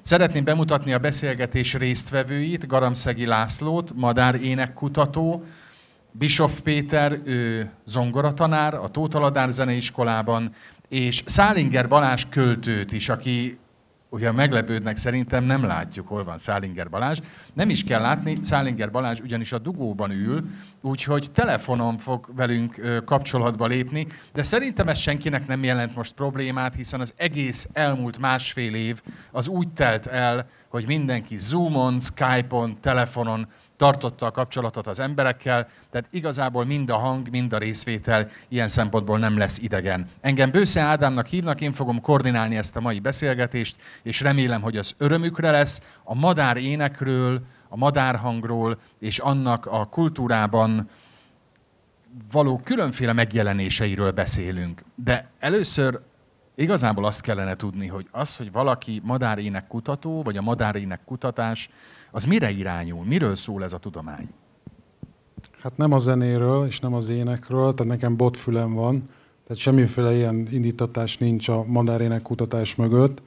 Szeretném bemutatni a beszélgetés résztvevőit, Garamszegi Lászlót, madárénekkutató, Bischoff Péter, ő zongoratanár a Tóth Ladár Zeneiskolában, és Szálinger Balázs költőt is, aki ugye meglepődnek, szerintem nem látjuk, hol van Szálinger Balázs. Nem is kell látni, Szálinger Balázs ugyanis a dugóban ül, úgyhogy telefonon fog velünk kapcsolatba lépni, de szerintem ez senkinek nem jelent most problémát, hiszen az egész elmúlt másfél év az úgy telt el, hogy mindenki Zoomon, Skype-on, telefonon tartotta a kapcsolatot az emberekkel, tehát igazából mind a hang, mind a részvétel ilyen szempontból nem lesz idegen. Engem Bősze Ádámnak hívnak, én fogom koordinálni ezt a mai beszélgetést, és remélem, hogy az örömükre lesz. A madár énekről, a madárhangról és annak a kultúrában való különféle megjelenéseiről beszélünk. De először igazából azt kellene tudni, hogy az, hogy valaki madárének kutató, vagy a madárének kutatás, az mire irányul? Miről szól ez a tudomány? Hát nem a zenéről és nem az énekről, tehát nekem botfülem van, tehát semmiféle ilyen indítatás nincs a madárének kutatás mögött.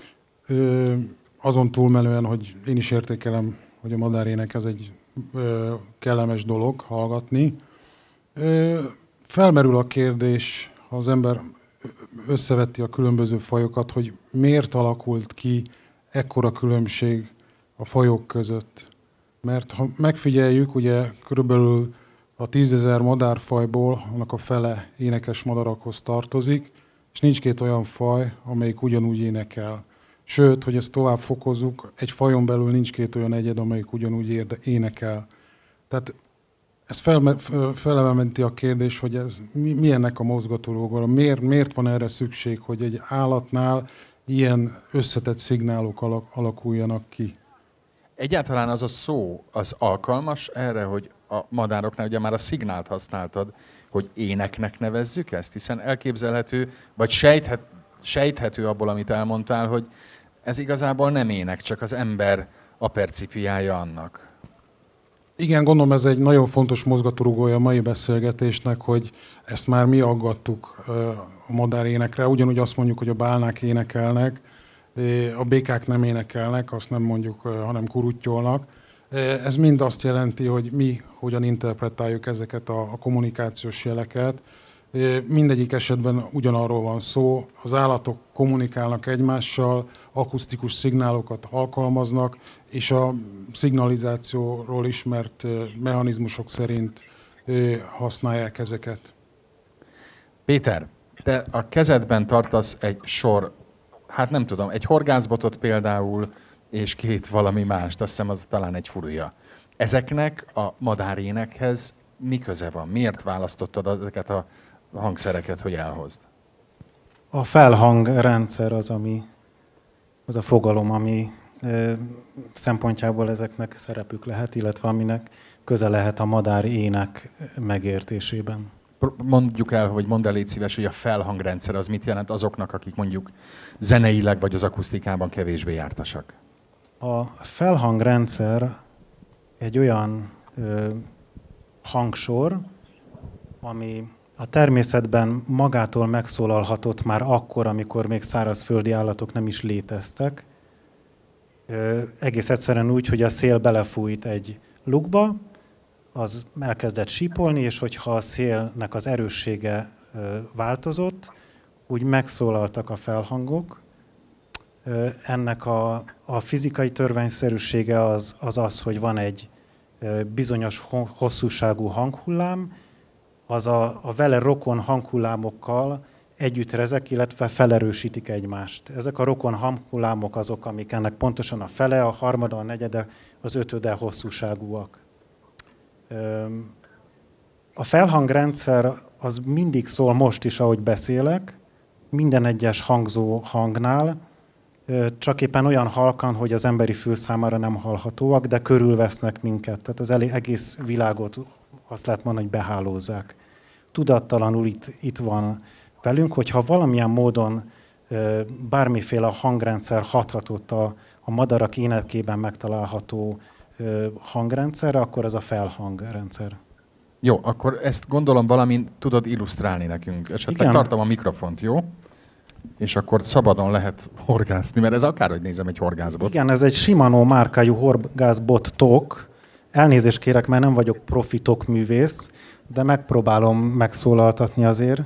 Azon túlmenően, hogy én is értékelem, hogy a madárének ez egy kellemes dolog hallgatni. Felmerül a kérdés, ha az ember összeveti a különböző fajokat, hogy miért alakult ki ekkora különbség a fajok között. Mert ha megfigyeljük, ugye körülbelül a 10 000 madárfajból annak a fele énekes madarakhoz tartozik, és nincs két olyan faj, amelyik ugyanúgy énekel. Sőt, hogy ezt tovább fokozzuk, egy fajon belül nincs két olyan egyed, amelyik ugyanúgy énekel. Tehát ez felemelmenti a kérdés, hogy ez mi ennek a mozgatórugóra, miért van erre szükség, hogy egy állatnál ilyen összetett szignálok alakuljanak ki. Egyáltalán az a szó az alkalmas erre, hogy a madároknál ugye már a szignált használtad, hogy éneknek nevezzük ezt, hiszen elképzelhető, vagy sejthető abból, amit elmondtál, hogy ez igazából nem ének, csak az ember apercipiája annak. Igen, gondolom ez egy nagyon fontos mozgatórugója a mai beszélgetésnek, hogy ezt már mi aggattuk a madárénekre. Ugyanúgy azt mondjuk, hogy a bálnák énekelnek, a békák nem énekelnek, azt nem mondjuk, hanem kuruttyolnak. Ez mind azt jelenti, hogy mi hogyan interpretáljuk ezeket a kommunikációs jeleket. Mindegyik esetben ugyanarról van szó, az állatok kommunikálnak egymással, akusztikus szignálokat alkalmaznak, és a szignalizációról ismert mechanizmusok szerint használják ezeket. Péter, te a kezedben tartasz egy sor, hát nem tudom, egy horgászbotot például, és két valami mást, azt hiszem az talán egy furúja. Ezeknek a madárénekhez mi köze van? Miért választottad ezeket a hangszereket, hogy elhozd? A felhangrendszer az a fogalom, ami szempontjából ezeknek szerepük lehet, illetve aminek köze lehet a madár ének megértésében. Mondjuk el, vagy mondd el, légy szíves, hogy a felhangrendszer az mit jelent azoknak, akik mondjuk zeneileg vagy az akusztikában kevésbé jártasak? A felhangrendszer egy olyan hangsor, ami a természetben magától megszólalhatott már akkor, amikor még szárazföldi állatok nem is léteztek. Egész egyszerűen úgy, hogy a szél belefújt egy lukba, az elkezdett sípolni, és hogyha a szélnek az erőssége változott, úgy megszólaltak a felhangok. Ennek a fizikai törvényszerűsége az, hogy van egy bizonyos hosszúságú hanghullám, az a vele rokon hanghullámokkal együtt rezek, illetve felerősítik egymást. Ezek a rokon hanghullámok azok, amik ennek pontosan a fele, a harmada, a negyede, az ötöde hosszúságúak. A felhangrendszer az mindig szól most is, ahogy beszélek, minden egyes hangzó hangnál, csak éppen olyan halkan, hogy az emberi fül számára nem hallhatóak, de körülvesznek minket. Tehát az egész világot azt lehet mondani, hogy behálózzák. Tudattalanul itt van velünk, hogyha valamilyen módon bármiféle hangrendszer hathatott a madarak énekében megtalálható hangrendszerre, akkor ez a felhangrendszer. Jó, akkor ezt gondolom valamint tudod illusztrálni nekünk. Esetleg Igen. tartom a mikrofont, jó? és akkor szabadon lehet horgászni, mert ez akárhogy nézem egy horgászbot. Igen, ez egy Shimano márkájú horgászbot tok. Elnézést kérek, mert nem vagyok profi tokművész, de megpróbálom megszólaltatni azért.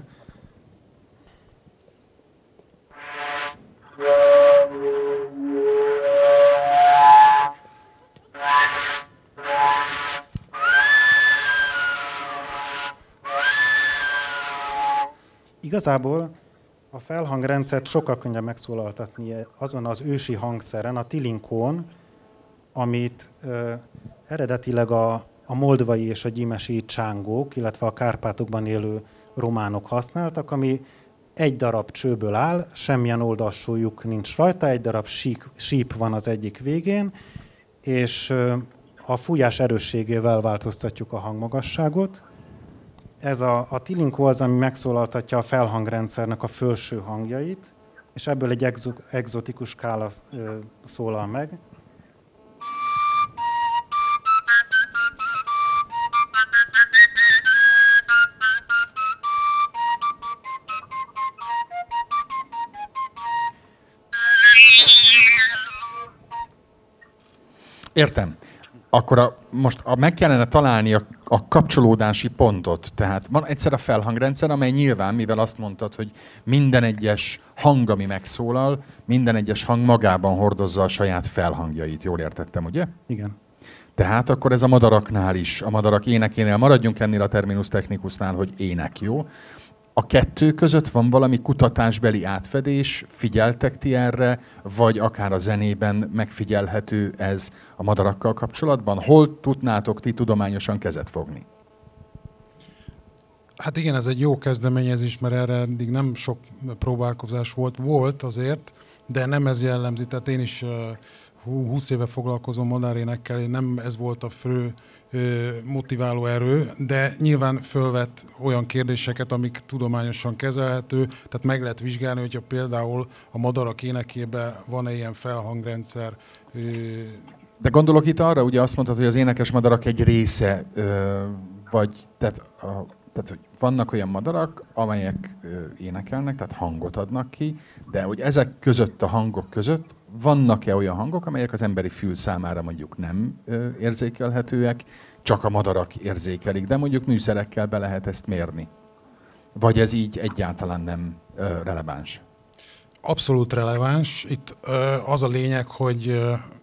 Igazából a felhangrendszert sokkal könnyebb megszólaltatni azon az ősi hangszeren, a tilinkón, amit eredetileg a moldvai és a gyimesi csángók, illetve a Kárpátokban élő románok használtak, ami egy darab csőből áll, semmilyen oldalsólyuk nincs rajta, egy darab síp van az egyik végén, és a fújás erősségével változtatjuk a hangmagasságot. Ez a tilinkó az, ami megszólaltatja a felhangrendszernek a felső hangjait, és ebből egy egzotikus skála szólal meg. Értem. Akkor most meg kellene találni a kapcsolódási pontot. Tehát van egyszer a felhangrendszer, amely nyilván, mivel azt mondtad, hogy minden egyes hang, ami megszólal, minden egyes hang magában hordozza a saját felhangjait. Jól értettem, ugye? Igen. Tehát akkor ez a madaraknál is, a madarak énekénél, maradjunk ennél a terminus technicusnál, hogy ének, jó? A kettő között van valami kutatásbeli átfedés, figyeltek ti erre, vagy akár a zenében megfigyelhető ez a madarakkal kapcsolatban? Hol tudnátok ti tudományosan kezet fogni? Hát igen, ez egy jó kezdeményezés, mert erre eddig nem sok próbálkozás volt azért, de nem ez jellemzi. Tehát én is 20 éve foglalkozom madárénekkel, nem ez volt a fő motiváló erő, de nyilván fölvett olyan kérdéseket, amik tudományosan kezelhető, tehát meg lehet vizsgálni, hogyha például a madarak énekében van-e ilyen felhangrendszer. De gondolok itt arra, ugye azt mondtad, hogy az énekes madarak egy része, tehát hogy vannak olyan madarak, amelyek énekelnek, tehát hangot adnak ki, de hogy ezek között, a hangok között vannak-e olyan hangok, amelyek az emberi fül számára mondjuk nem érzékelhetőek, csak a madarak érzékelik, de mondjuk műszerekkel be lehet ezt mérni? Vagy ez így egyáltalán nem releváns? Abszolút releváns. Itt az a lényeg, hogy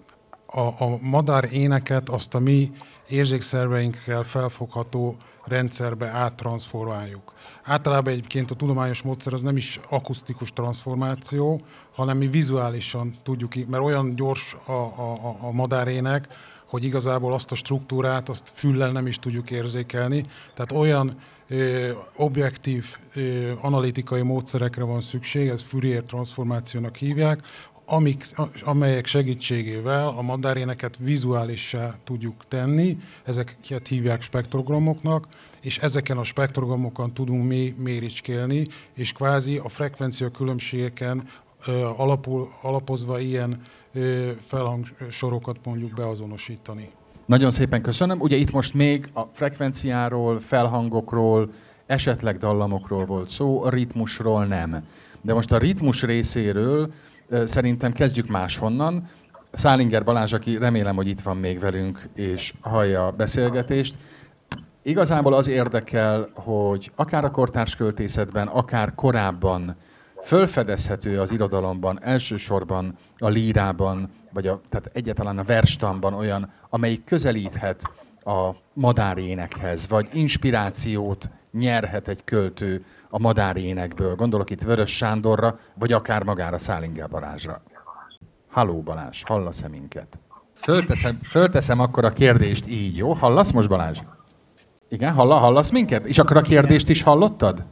a madár éneket azt a mi érzékszerveinkkel felfogható rendszerbe áttranszformáljuk. Általában egyébként a tudományos módszer az nem is akusztikus transformáció, hanem mi vizuálisan tudjuk, mert olyan gyors a madárének, hogy igazából azt a struktúrát, azt füllel nem is tudjuk érzékelni. Tehát olyan objektív analitikai módszerekre van szükség, ez Fourier transformációnak hívják, amelyek segítségével a madáréneket vizuálissá tudjuk tenni, ezeket hívják spektrogramoknak, és ezeken a spektrogramokon tudunk mi méricskélni, és kvázi a frekvencia különbségeken alapozva ilyen felhangsorokat mondjuk beazonosítani. Nagyon szépen köszönöm. Ugye itt most még a frekvenciáról, felhangokról, esetleg dallamokról volt szó, a ritmusról nem. De most a ritmus részéről szerintem kezdjük máshonnan. Szálinger Balázs, aki remélem, hogy itt van még velünk, és hallja a beszélgetést. Igazából az érdekel, hogy akár a kortárs költészetben, akár korábban fölfedezhető az irodalomban, elsősorban a lírában, vagy tehát egyáltalán a verstamban olyan, amelyik közelíthet a madárénekhez, vagy inspirációt nyerhet egy költő a madárénekből. Gondolok itt Vörös Sándorra, vagy akár magára Szálinger Balázsra. Halló Balázs, hallasz-e minket? Fölteszem akkor a kérdést így, jó? Hallasz most, Balázs? Igen, hallasz minket? És akkor a kérdést is hallottad?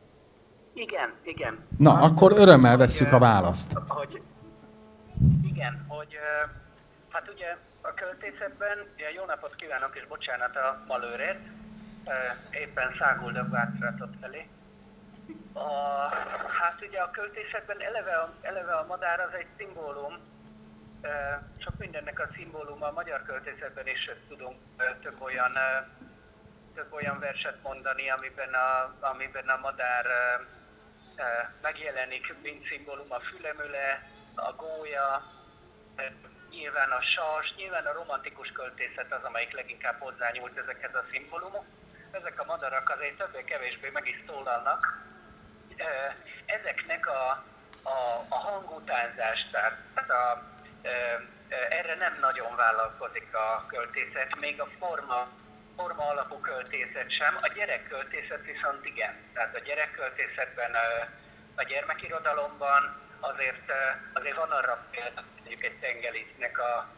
Igen. Na, akkor örömmel vesszük a választ. Hát ugye a költészetben, jó napot kívánok és bocsánat a malőrért, éppen száguldok Vácratot felé. Hát ugye a költészetben eleve a madár az egy szimbólum, sok mindennek a szimbóluma a magyar költészetben is tudunk több olyan verset mondani, amiben a madár megjelenik, mint szimbólum a fülemüle, a gólya, nyilván a sas, nyilván a romantikus költészet az, amelyik leginkább hozzányúlt ezekhez a szimbólumok. Ezek a madarak azért többé-kevésbé meg is szólalnak. Ezeknek a hangutánzás, tehát erre nem nagyon vállalkozik a költészet, még a forma alapú költészet sem, a gyerekköltészet viszont igen. Tehát a gyerekköltészetben, a gyermekirodalomban azért van arra példa, mondjuk egy tengelisznek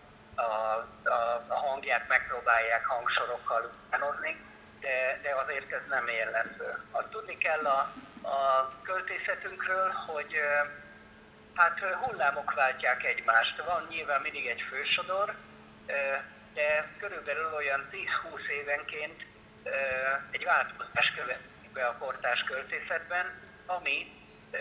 a hangját megpróbálják hangsorokkal utánozni, de azért ez nem jellemző. Azt tudni kell a költészetünkről, hogy hát hullámok váltják egymást. Van nyilván mindig egy fősodor, de körülbelül olyan 10-20 évenként egy változás következik be a kortárs költészetben, ami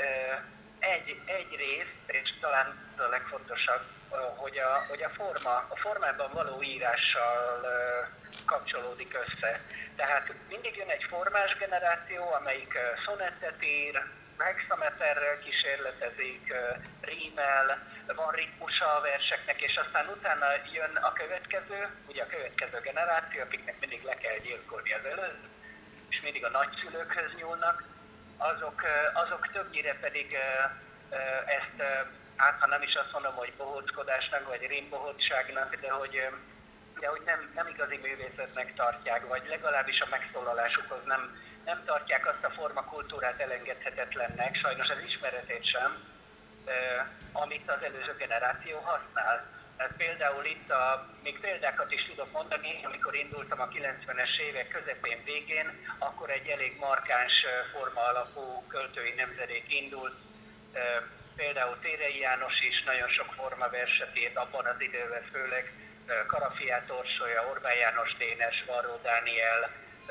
egyrészt, és talán a legfontosabb, hogy a formában való írással kapcsolódik össze. Tehát mindig jön egy formás generáció, amelyik szonettet ír, hexameterrel kísérletezik, rímel, van ritmusa a verseknek, és aztán utána jön a következő generáció, akiknek mindig le kell gyilkolni az előző, és mindig a nagyszülőkhöz nyúlnak, azok többnyire pedig ezt, hát ha nem is azt mondom, hogy bohóckodásnak, vagy rímbohócságnak, de hogy nem igazi művészetnek tartják, vagy legalábbis a megszólalásukhoz nem tartják azt a formakultúrát elengedhetetlennek, sajnos az ismeretét sem, amit az előző generáció használ. Tehát például itt még példákat is tudok mondani, amikor indultam a 90-es évek közepén végén, akkor egy elég markáns forma alapú költői nemzedék indult. Például Térei János is nagyon sok formaverset írt abban az időben, főleg Karafiát Orsolya, Orbán János Dénes, Varró Dániel,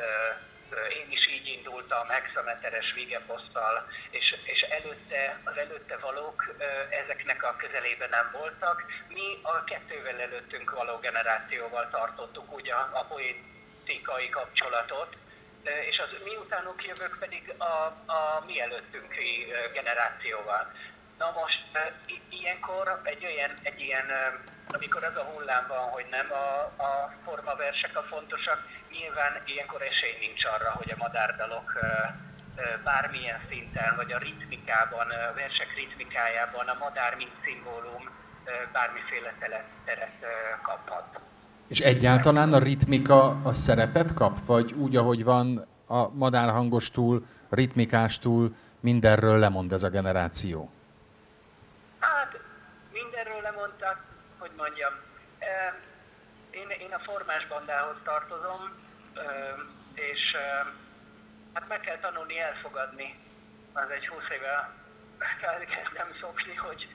én is így indultam, hexameteres vigeposzttal, és az előtte valók ezeknek a közelében nem voltak. Mi a 2-vel előttünk való generációval tartottuk ugye a poétikai kapcsolatot, és az mi utánuk jövők pedig a mi előttünki generációval. Na most ilyenkor egy ilyen, amikor az a hullám van, hogy nem a formaversek a fontosak, nyilván ilyenkor esély nincs arra, hogy a madárdalok bármilyen szinten, vagy a ritmikában, a versek ritmikájában a madár mint szimbólum bármiféle teret kaphat. És egyáltalán a ritmika a szerepet kap? Vagy úgy, ahogy van, a madárhangostól, ritmikástól mindenről lemond ez a generáció? Hát mindenről lemondtak, hogy mondjam. Én a formás bandához tartozom, és hát meg kell tanulni elfogadni. Az egy 20 éve elkezdtem szokni,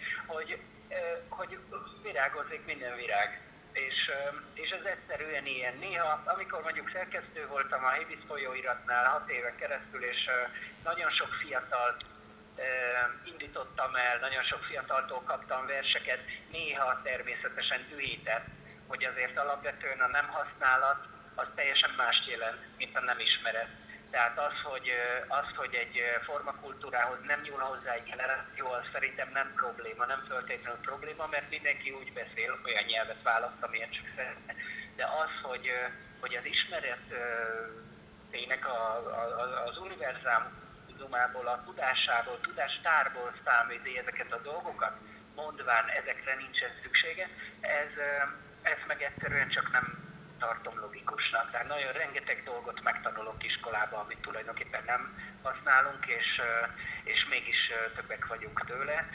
hogy virágozik minden virág. És ez egyszerűen ilyen. Néha, amikor mondjuk szerkesztő voltam a Hévíz folyóiratnál 6 éven keresztül, és nagyon sok fiatalt indítottam el, nagyon sok fiataltól kaptam verseket, néha természetesen dühített, hogy azért alapvetően a nem használat az teljesen mást jelent, mint a nem ismeret. Tehát az, hogy egy formakultúrához nem nyúl hozzá egy generáció, az szerintem nem probléma, nem feltétlenül probléma, mert mindenki úgy beszél, olyan nyelvet választ, amilyen csak szeretne. De az, hogy az ismeretének az univerzálumából, a tudásából, tudástárból számíti ezeket a dolgokat, mondván ezekre nincsen szüksége, ezt meg egyszerűen csak nem tartom logikusnak. Tehát nagyon rengeteg dolgot megtanulunk iskolában, amit tulajdonképpen nem használunk, és mégis többek vagyunk tőle.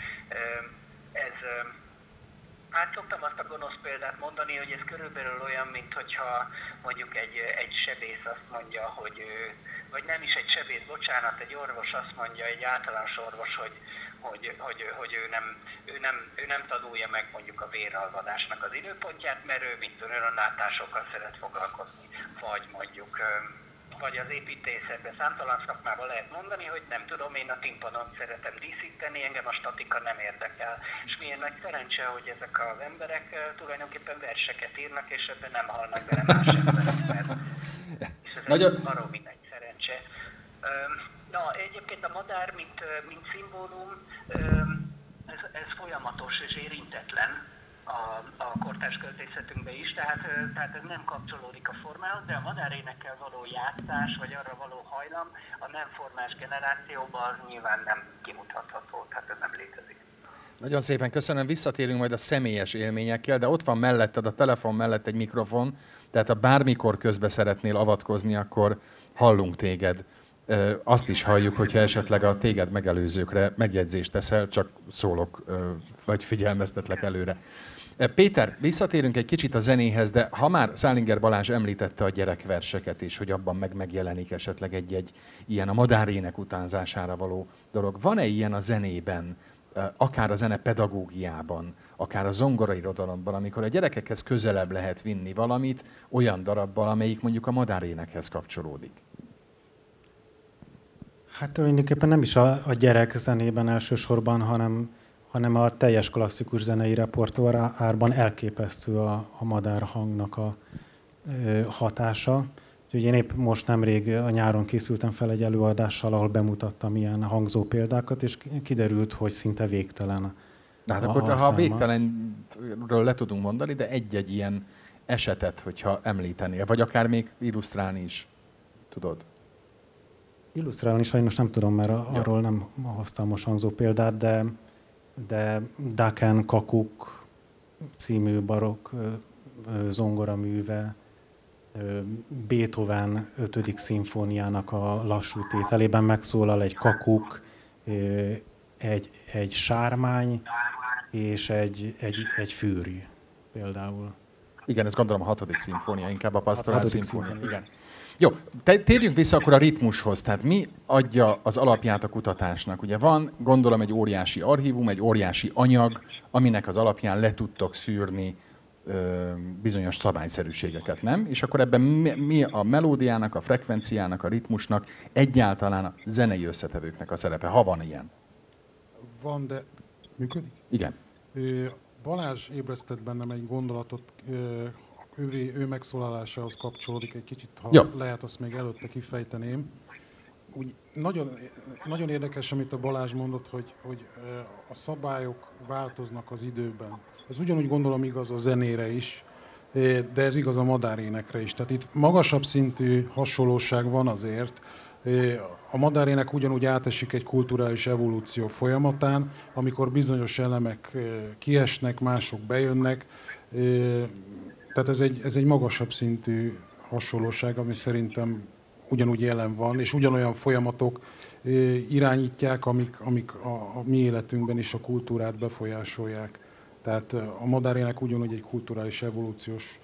Hát szoktam azt a gonosz példát mondani, hogy ez körülbelül olyan, mint hogyha mondjuk egy sebész azt mondja, vagy nem is egy sebész, bocsánat, egy orvos azt mondja, egy általános orvos, hogy ő nem tanulja meg mondjuk a véralvadásnak az időpontját, mert ő mint önellátásokkal szeret foglalkozni, vagy mondjuk vagy az építészetben, számtalan szakmában lehet mondani, hogy nem tudom, én a timpanont szeretem díszíteni, engem a statika nem érdekel. És milyen nagy szerencse, hogy ezek az emberek tulajdonképpen verseket írnak, és ebben nem halnak bele más emberek, mert és ez baromi nagy szerencse. Na, egyébként a a madár, mint szimbólum, ez folyamatos és érintetlen a kortárs költészetünkben is, tehát ez nem kapcsolódik a formához, de a madárénekkel való játszás, vagy arra való hajlam a nem formás generációban az nyilván nem kimutatható, tehát ez nem létezik. Nagyon szépen köszönöm, visszatérünk majd a személyes élményekkel, de ott van melletted, a telefon mellett egy mikrofon, tehát ha bármikor közbe szeretnél avatkozni, akkor hallunk téged. Azt is halljuk, hogyha esetleg a téged megelőzőkre megjegyzést teszel, csak szólok, vagy figyelmeztetlek előre. Péter, visszatérünk egy kicsit a zenéhez, de ha már Szálinger Balázs említette a gyerekverseket is, hogy abban megjelenik esetleg egy ilyen a madárének utánzására való dolog. Van-e ilyen a zenében, akár a zene pedagógiában, akár a zongorairodalomban, amikor a gyerekekhez közelebb lehet vinni valamit olyan darabbal, amelyik mondjuk a madárénekhez kapcsolódik? Hát tulajdonképpen nem is a gyerek zenében elsősorban, hanem a teljes klasszikus zenei repertoárban elképesztő a madár hangnak a hatása. Úgyhogy én épp most nemrég a nyáron készültem fel egy előadással, ahol bemutattam ilyen hangzó példákat, és kiderült, hogy szinte végtelen. Hát akkor, ha végtelenről le tudunk mondani, de egy-egy ilyen esetet, hogyha említenél, vagy akár még illusztrálni is tudod. Illusztrálni sajnos nem tudom, mert arról nem hoztam most hangzó példát, de Daken Kakuk című barokk zongoraműve, Beethoven 5. szimfóniának a lassú tételében megszólal egy kakuk, egy sármány és egy fűrj például. Igen, ez gondolom a 6. szimfónia, inkább a Pastorál szimfónia. Igen. Jó, térjünk vissza akkor a ritmushoz. Tehát mi adja az alapját a kutatásnak? Ugye van, gondolom, egy óriási archívum, egy óriási anyag, aminek az alapján le tudtok szűrni bizonyos szabályszerűségeket, nem? És akkor ebben mi a melódiának, a frekvenciának, a ritmusnak, egyáltalán a zenei összetevőknek a szerepe, ha van ilyen? Van, de működik? Igen. Balázs ébresztett bennem egy gondolatot, ő megszólalásához kapcsolódik egy kicsit, ha lehet, azt még előtte kifejteném. Úgy nagyon érdekes, amit a Balázs mondott, hogy a szabályok változnak az időben. Ez ugyanúgy gondolom igaz a zenére is, de ez igaz a madárénekre is. Tehát itt magasabb szintű hasonlóság van azért. A madárének ugyanúgy átesik egy kulturális evolúció folyamatán, amikor bizonyos elemek kiesnek, mások bejönnek. Tehát ez egy magasabb szintű hasonlóság, ami szerintem ugyanúgy jelen van, és ugyanolyan folyamatok irányítják, amik a mi életünkben is a kultúrát befolyásolják. Tehát a madárének ugyanúgy egy kulturális evolúciós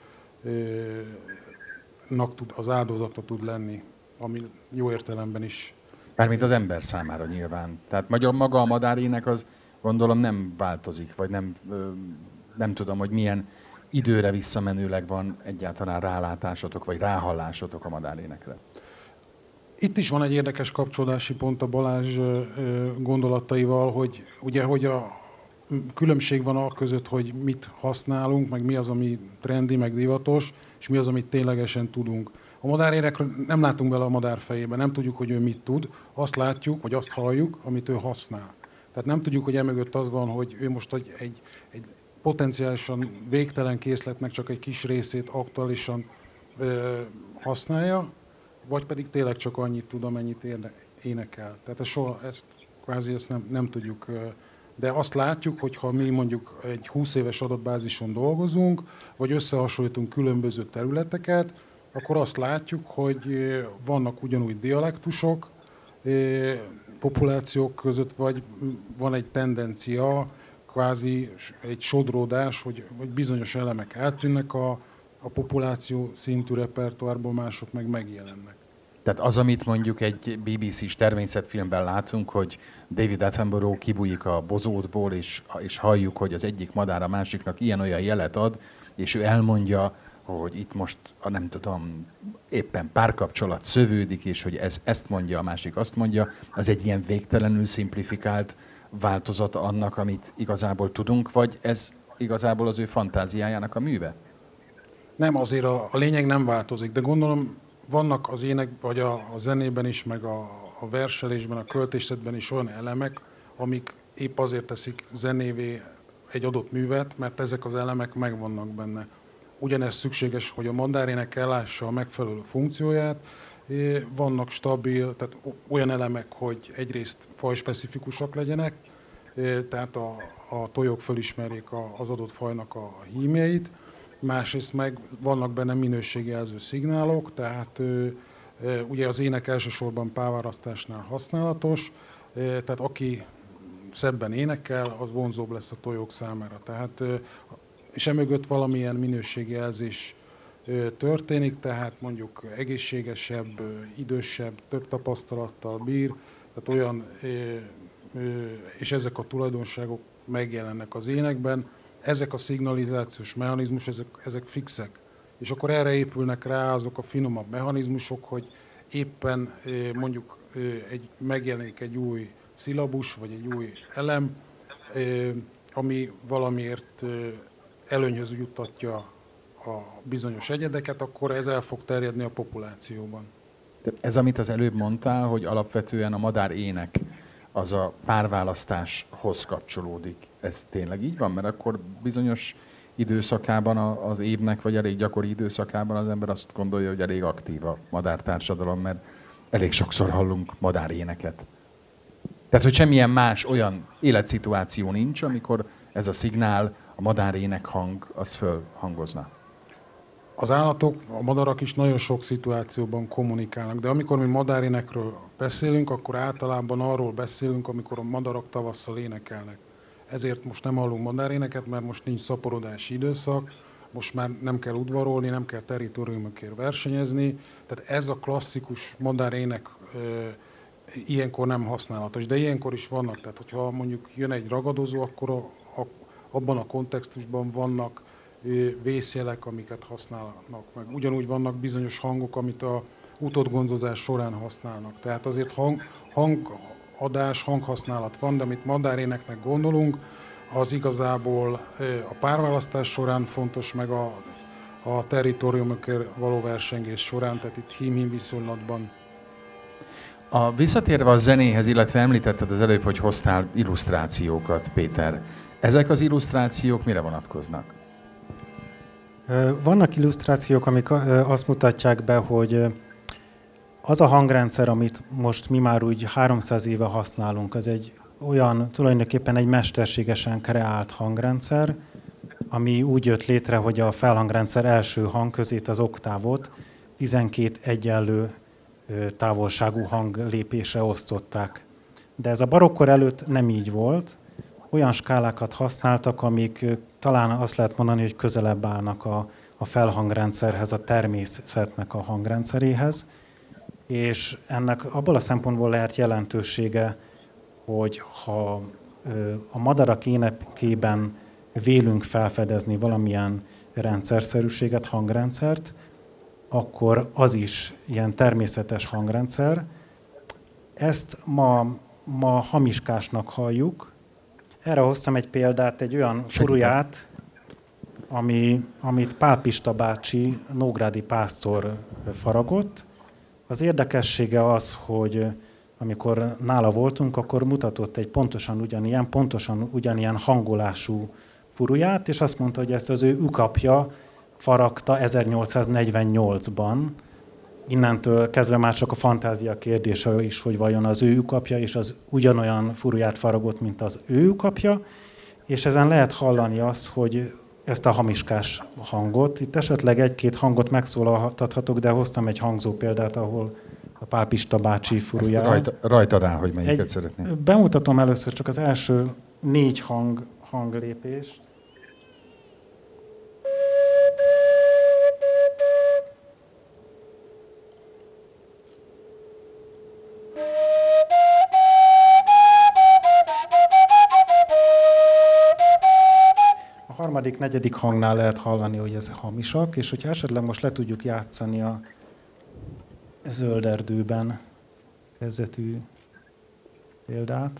az áldozata tud lenni, ami jó értelemben is. Mármint az ember számára nyilván. Tehát maga a madárének az gondolom nem változik, vagy nem tudom, hogy milyen időre visszamenőleg van egyáltalán rálátásotok, vagy ráhallásotok a madárénekre. Itt is van egy érdekes kapcsolódási pont a Balázs gondolataival, hogy a különbség van a között, hogy mit használunk, meg mi az, ami trendi, meg divatos, és mi az, amit ténylegesen tudunk. A madárénekről nem látunk bele a madár fejébe, nem tudjuk, hogy ő mit tud, azt látjuk, vagy azt halljuk, amit ő használ. Tehát nem tudjuk, hogy emögött az van, hogy ő most egy potenciálisan végtelen készletnek csak egy kis részét aktuálisan használja, vagy pedig tényleg csak annyit tud, amennyit énekel. Tehát ezt nem tudjuk. De azt látjuk, hogy ha mi mondjuk egy 20 éves adatbázison dolgozunk, vagy összehasonlítunk különböző területeket, akkor azt látjuk, hogy vannak ugyanúgy dialektusok populációk között, vagy van egy tendencia, kvázi egy sodródás, hogy bizonyos elemek eltűnnek a populáció szintű repertoárból, mások meg megjelennek. Tehát az, amit mondjuk egy BBC-s természetfilmben látunk, hogy David Attenborough kibújik a bozótból, és halljuk, hogy az egyik madár a másiknak ilyen-olyan jelet ad, és ő elmondja, hogy itt most, nem tudom, éppen párkapcsolat szövődik, és hogy ezt mondja, a másik azt mondja, az egy ilyen végtelenül szimplifikált változata annak, amit igazából tudunk, vagy ez igazából az ő fantáziájának a műve? Nem, azért a lényeg nem változik, de gondolom vannak az ének, vagy a zenében is, meg a a verselésben, a költészetben is olyan elemek, amik épp azért teszik zenévé egy adott művet, mert ezek az elemek megvannak benne. Ugyanez szükséges, hogy a mandárének ellássa a megfelelő funkcióját, vannak stabil, tehát olyan elemek, hogy egyrészt fajspecifikusak legyenek, tehát a tojók fölismerjék az adott fajnak a hímjeit, másrészt meg vannak benne minőségjelző szignálok, tehát ugye az ének elsősorban párválasztásnál használatos, tehát aki szebben énekel, az vonzóbb lesz a tojók számára. Tehát, és emögött valamilyen minőségjelzés történik, tehát mondjuk egészségesebb, idősebb, több tapasztalattal bír, tehát olyan, és ezek a tulajdonságok megjelennek az énekben, ezek a szignalizációs mechanizmusok, ezek fixek. És akkor erre épülnek rá azok a finomabb mechanizmusok, hogy éppen mondjuk megjelenik egy új szilabus, vagy egy új elem, ami valamiért előnyhöz juttatja a bizonyos egyedeket, akkor ez el fog terjedni a populációban. Ez, amit az előbb mondtál, hogy alapvetően a madár ének az a párválasztáshoz kapcsolódik. Ez tényleg így van? Mert akkor bizonyos időszakában az évnek, vagy elég gyakori időszakában az ember azt gondolja, hogy elég aktív a madártársadalom, mert elég sokszor hallunk madáréneket. Tehát, hogy semmilyen más olyan életszituáció nincs, amikor ez a szignál, a madárének hang, az fölhangozna. Az állatok, a madarak is nagyon sok szituációban kommunikálnak, de amikor mi madárénekről beszélünk, akkor általában arról beszélünk, amikor a madarak tavasszal énekelnek. Ezért most nem hallunk madáréneket, mert most nincs szaporodási időszak, most már nem kell udvarolni, nem kell territóriumokért versenyezni, tehát ez a klasszikus madárének ilyenkor nem használatos, de ilyenkor is vannak, tehát hogyha mondjuk jön egy ragadozó, akkor abban a kontextusban vannak vészjelek, amiket használnak meg. Ugyanúgy vannak bizonyos hangok, amit a utódgondzozás során használnak. Tehát azért hangadás, hanghasználat van, de amit madáréneknek gondolunk, az igazából a párválasztás során fontos, meg a territóriumokért való versengés során, tehát itt hím-hím viszonylatban. Visszatérve a zenéhez, illetve említetted az előbb, hogy hoztál illusztrációkat, Péter. Ezek az illusztrációk mire vonatkoznak? Vannak illusztrációk, amik azt mutatják be, hogy az a hangrendszer, amit most mi már úgy 300 éve használunk, az egy olyan, tulajdonképpen egy mesterségesen kreált hangrendszer, ami úgy jött létre, hogy a felhangrendszer első hangközét, az oktávot 12 egyenlő távolságú hanglépésre osztották. De ez a barokkor előtt nem így volt. Olyan skálákat használtak, amik talán azt lehet mondani, hogy közelebb állnak a felhangrendszerhez, a természetnek a hangrendszeréhez. És ennek abból a szempontból lehet jelentősége, hogy ha a madarak énekében vélünk felfedezni valamilyen rendszerszerűséget, hangrendszert, akkor az is ilyen természetes hangrendszer. Ezt ma hamiskásnak halljuk. Erre hoztam egy példát, egy olyan furuját, amit Pál Pista bácsi, nógrádi pásztor faragott. Az érdekessége az, hogy amikor nála voltunk, akkor mutatott egy pontosan ugyanilyen hangolású furuját, és azt mondta, hogy ezt az ő ükapja faragta 1848-ban. Innentől kezdve már csak a fantázia kérdése is, hogy vajon az ő ükapja és az ugyanolyan furuját faragott, mint az ő ükapja, és ezen lehet hallani azt, hogy ezt a hamiskás hangot. Itt esetleg egy-két hangot megszólaltathatok, de hoztam egy hangzó példát, ahol a Pál Pista bácsi furujára. Rajtad áll, hogy melyiket szeretnél. Bemutatom először csak az első 4 hanglépést. A harmadik, negyedik hangnál lehet hallani, hogy ez hamisak, és hogyha esetleg most le tudjuk játszani a Zöld erdőben kezdetű példát.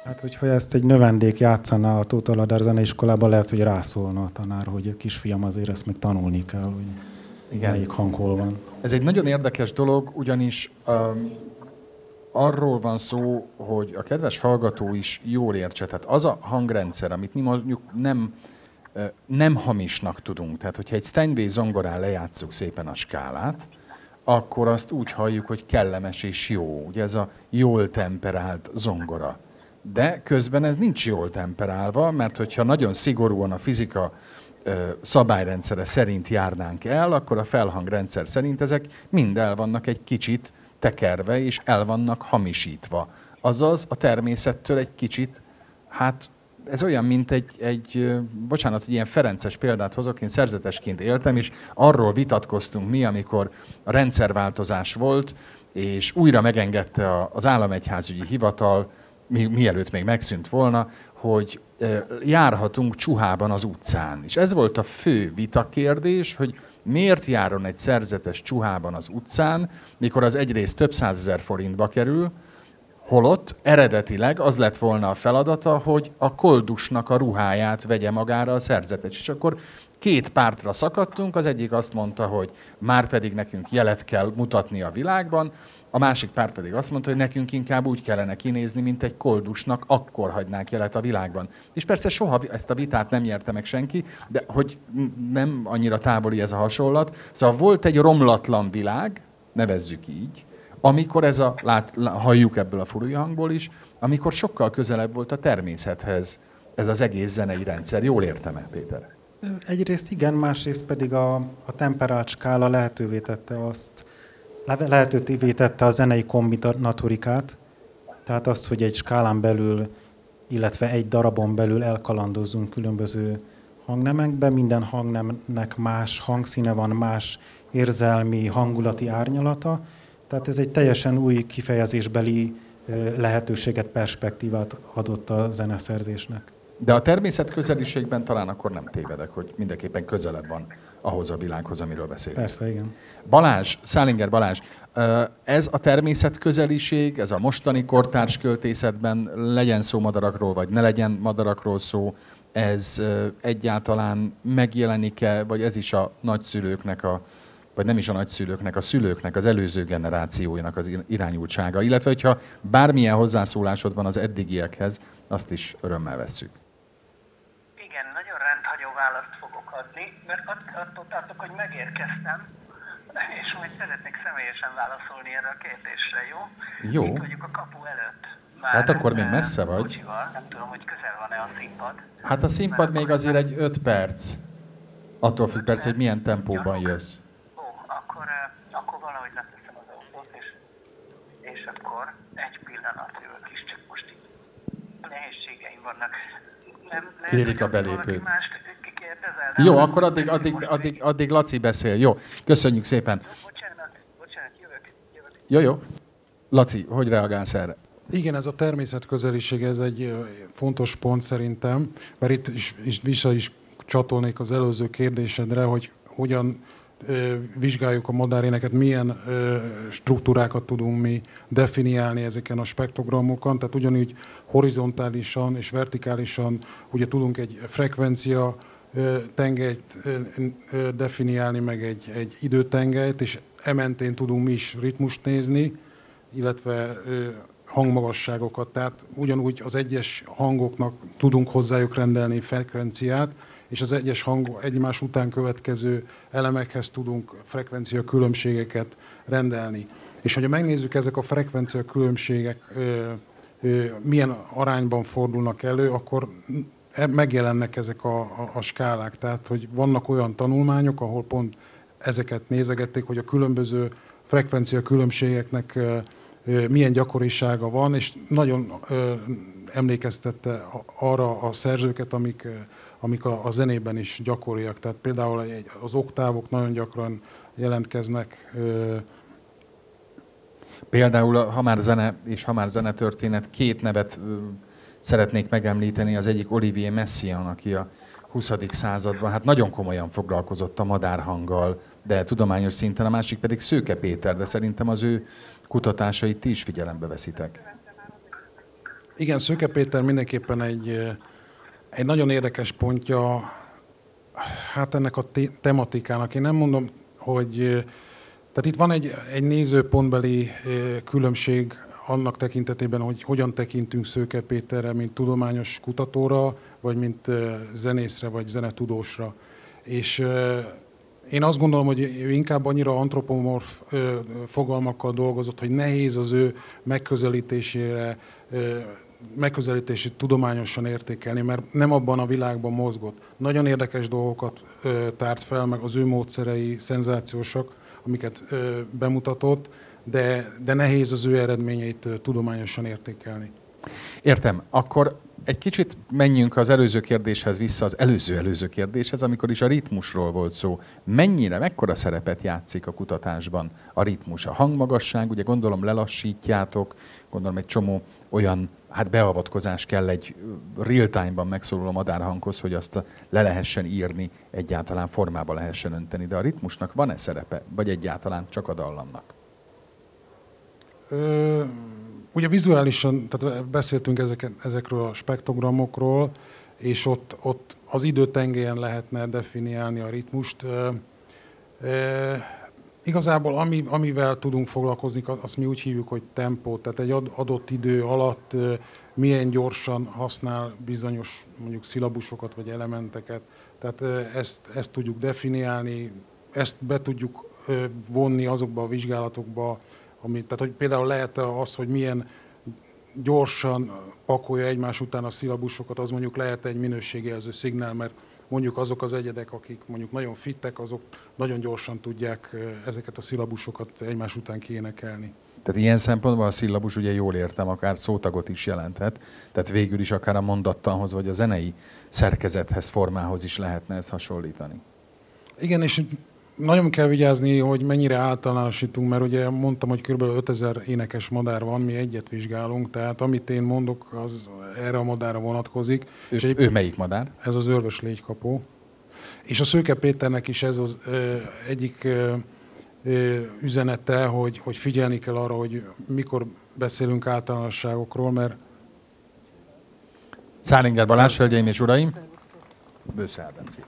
Hát, hogyha ezt egy növendék játszaná a Tóth Aladár Zeneiskolában, lehet, hogy rászólna a tanár, hogy kisfiam, azért ezt még tanulni kell, hogy igen, melyik hang hol van. Ez egy nagyon érdekes dolog, ugyanis arról van szó, hogy a kedves hallgató is jól értse. Tehát az a hangrendszer, amit mi mondjuk nem hamisnak tudunk. Tehát, hogyha egy Steinway zongorán lejátszuk szépen a skálát, akkor azt úgy halljuk, hogy kellemes és jó. Ugye ez a jól temperált zongora. De közben ez nincs jól temperálva, mert hogyha nagyon szigorúan a fizika szabályrendszere szerint járnánk el, akkor a felhangrendszer szerint ezek mind el vannak egy kicsit tekerve, és el vannak hamisítva. Azaz a természettől egy kicsit, hát ez olyan, mint bocsánat, hogy ilyen ferences példát hozok, én szerzetesként éltem, és arról vitatkoztunk mi, amikor a rendszerváltozás volt, és újra megengedte az államegyházügyi hivatal, mielőtt még megszűnt volna, hogy járhatunk csuhában az utcán. És ez volt a fő vitakérdés, hogy miért járjon egy szerzetes csuhában az utcán, mikor az egyrészt több százezer forintba kerül, holott eredetileg az lett volna a feladata, hogy a koldusnak a ruháját vegye magára a szerzetes. És akkor két pártra szakadtunk, az egyik azt mondta, hogy már pedig nekünk jelet kell mutatni a világban, a másik párt pedig azt mondta, hogy nekünk inkább úgy kellene kinézni, mint egy koldusnak, akkor hagynánk jelet a világban. És persze soha ezt a vitát nem nyerte meg senki, de hogy nem annyira távoli ez a hasonlat. Szóval volt egy romlatlan világ, nevezzük így, amikor halljuk ebből a furúja hangból is, amikor sokkal közelebb volt a természethez ez az egész zenei rendszer. Jól értem-e, Péter? Egyrészt igen, másrészt pedig a temperált skála lehetővé tette a zenei kombinatorikát, tehát azt, hogy egy skálán belül, illetve egy darabon belül elkalandozzunk különböző hangnemekbe, minden hangnemnek más hangszíne van, más érzelmi, hangulati árnyalata, tehát ez egy teljesen új kifejezésbeli lehetőséget, perspektívát adott a zeneszerzésnek. De a természet közeliségben talán akkor nem tévedek, hogy mindenképpen közelebb van ahhoz a világhoz, amiről beszélünk. Persze, igen. Balázs, Szálinger Balázs, ez a természet közeliség, ez a mostani kortárs költészetben, legyen szó madarakról, vagy ne legyen madarakról szó, ez egyáltalán megjelenik-e, vagy ez is a nagyszülőknek, vagy nem is a nagyszülőknek, a szülőknek, az előző generációinak az irányultsága, illetve hogyha bármilyen hozzászólásod van az eddigiekhez, azt is örömmel vesszük. Igen, nagyon rendhagyó választ fogok adni, mert attól tartok, hogy megérkeztem, és majd szeretnék személyesen válaszolni erre a kérdésre, jó? Jó. Itt vagyok a kapu előtt. Már, hát akkor még messze vagy. Kocsival, nem tudom, hogy közel van-e a színpad. Hát a színpad még azért egy 5 perc. Attól függ persze, hogy milyen tempóban jössz. Ó, akkor valahogy leteszem az autót, és akkor egy pillanat jövök is, csak most így nehézségeim vannak. Nem Kérik a belépőt. Mást kérdezel, jó, akkor addig Laci beszél. Jó, köszönjük szépen. Bocsánat, jövök. Jó. Laci, hogy reagálsz erre? Igen, ez a természetközeliség, ez egy fontos pont szerintem, mert itt is vissza is csatolnék az előző kérdésedre, hogy hogyan vizsgáljuk a madáréneket, milyen struktúrákat tudunk mi definiálni ezeken a spektrogramokon, tehát ugyanúgy horizontálisan és vertikálisan ugye tudunk egy frekvencia tengelyt definiálni, meg egy időtengelyt, és ementén tudunk mi is ritmust nézni, illetve hangmagasságokat, tehát ugyanúgy az egyes hangoknak tudunk hozzájuk rendelni frekvenciát, és az egyes egymás után következő elemekhez tudunk frekvencia különbségeket rendelni. És hogyha megnézzük, ezek a frekvencia különbségek milyen arányban fordulnak elő, akkor megjelennek ezek a skálák. Tehát, hogy vannak olyan tanulmányok, ahol pont ezeket nézegették, hogy a különböző frekvencia különbségeknek milyen gyakorisága van, és nagyon emlékeztette arra a szerzőket, amik a zenében is gyakoriak. Tehát például az oktávok nagyon gyakran jelentkeznek. Például, ha már zenetörténet, két nevet szeretnék megemlíteni. Az egyik Olivier Messiaen, aki a 20. században hát nagyon komolyan foglalkozott a madárhanggal, de tudományos szinten, a másik pedig Szőke Péter, de szerintem az ő kutatásait ti is figyelembe veszitek. Igen, Szőke Péter mindenképpen egy nagyon érdekes pontja hát ennek a tematikának. Én nem mondom, hogy... Tehát itt van egy nézőpontbeli különbség annak tekintetében, hogy hogyan tekintünk Szőke Péterre, mint tudományos kutatóra, vagy mint zenészre, vagy zenetudósra. És én azt gondolom, hogy ő inkább annyira antropomorf fogalmakkal dolgozott, hogy nehéz az ő megközelítését tudományosan értékelni, mert nem abban a világban mozgott. Nagyon érdekes dolgokat tárt fel, meg az ő módszerei szenzációsak, amiket bemutatott, de nehéz az ő eredményeit tudományosan értékelni. Értem. Akkor egy kicsit menjünk az előző kérdéshez vissza, az előző kérdéshez, amikor is a ritmusról volt szó. Mekkora szerepet játszik a kutatásban a ritmus? A hangmagasság, ugye gondolom lelassítjátok, gondolom egy csomó olyan beavatkozás kell egy real-time-ban megszólaló madárhanghoz, hogy azt le lehessen írni, egyáltalán formába lehessen önteni. De a ritmusnak van-e szerepe, vagy egyáltalán csak a dallamnak? Ugye vizuálisan, tehát beszéltünk ezekről a spektrogramokról, és ott az időtengelyen lehetne definiálni a ritmust. Igazából amivel tudunk foglalkozni, azt mi úgy hívjuk, hogy tempó, tehát egy adott idő alatt milyen gyorsan használ bizonyos mondjuk szilabusokat vagy elementeket. Tehát ezt tudjuk definiálni, ezt be tudjuk vonni azokba a vizsgálatokba, tehát hogy például lehet az, hogy milyen gyorsan pakolja egymás után a szilabusokat, az mondjuk lehet egy minőségjelző szignál, mert mondjuk azok az egyedek, akik mondjuk nagyon fittek, azok nagyon gyorsan tudják ezeket a szilabusokat egymás után kiénekelni. Tehát ilyen szempontból a szillabus, ugye jól értem, akár szótagot is jelenthet, tehát végül is akár a mondattanhoz, vagy a zenei szerkezethez, formához is lehetne ezt hasonlítani. Igen, és nagyon kell vigyázni, hogy mennyire általánosítunk, mert ugye mondtam, hogy kb. 5000 énekes madár van, mi egyet vizsgálunk, tehát amit én mondok, az erre a madárra vonatkozik. Ő melyik madár? Ez az örvös légykapó. És a Szőke Péternek is ez az egyik üzenete, hogy figyelni kell arra, hogy mikor beszélünk általánosságokról, mert... Szálinger Balázs, hölgyeim és uraim! Bősze Ádám, szia!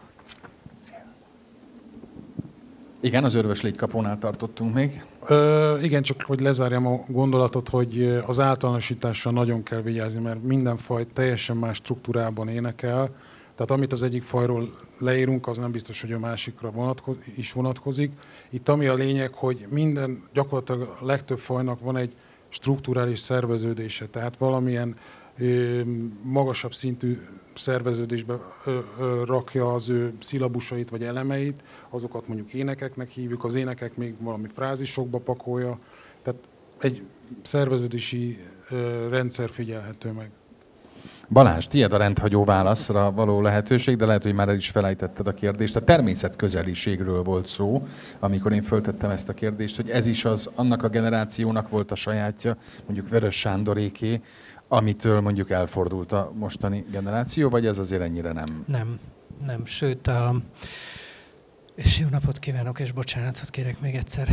Igen, az örvös légykapónál tartottunk még. Igen, csak hogy lezárjam a gondolatot, hogy az általánosításra nagyon kell vigyázni, mert minden faj teljesen más struktúrában énekel. Tehát amit az egyik fajról leírunk, az nem biztos, hogy a másikra is vonatkozik. Itt ami a lényeg, hogy gyakorlatilag a legtöbb fajnak van egy strukturális szerveződése, tehát valamilyen magasabb szintű szerveződésbe rakja az ő szilabusait vagy elemeit, azokat mondjuk énekeknek hívjuk, az énekek még valami frázisokba pakolja, tehát egy szerveződési rendszer figyelhető meg. Balázs, tiéd a rendhagyó válaszra való lehetőség, de lehet, hogy már el is felejtetted a kérdést. A természetközeliségről volt szó, amikor én föltettem ezt a kérdést, hogy ez is annak a generációnak volt a sajátja, mondjuk Vörös Sándoréké, amitől mondjuk elfordult a mostani generáció, vagy ez azért ennyire nem? Nem. Sőt, és jó napot kívánok, és bocsánatot kérek még egyszer.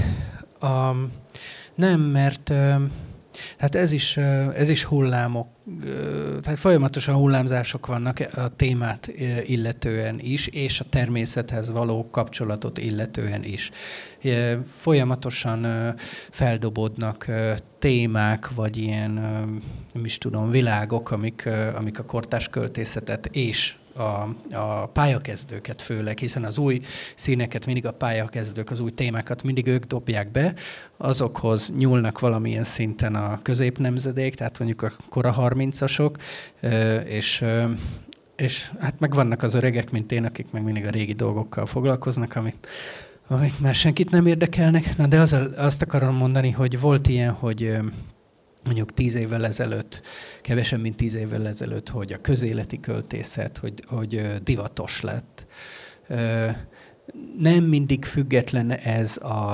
Nem, mert hát ez is hullámok, tehát folyamatosan hullámzások vannak a témát illetően is, és a természethez való kapcsolatot illetően is. Folyamatosan feldobódnak témák, vagy ilyen, nem is tudom, világok, amik a kortárs költészetet és a pályakezdőket főleg, hiszen az új színeket mindig a pályakezdők, az új témákat mindig ők dobják be, azokhoz nyúlnak valamilyen szinten a középnemzedék, tehát mondjuk a kora 30-asok, és hát meg vannak az öregek, mint én, akik meg mindig a régi dolgokkal foglalkoznak, amik már senkit nem érdekelnek. Na, de azt akarom mondani, hogy volt ilyen, hogy mondjuk 10 évvel ezelőtt, kevesebb, mint 10 évvel ezelőtt, hogy a közéleti költészet, hogy divatos lett. nem mindig független ez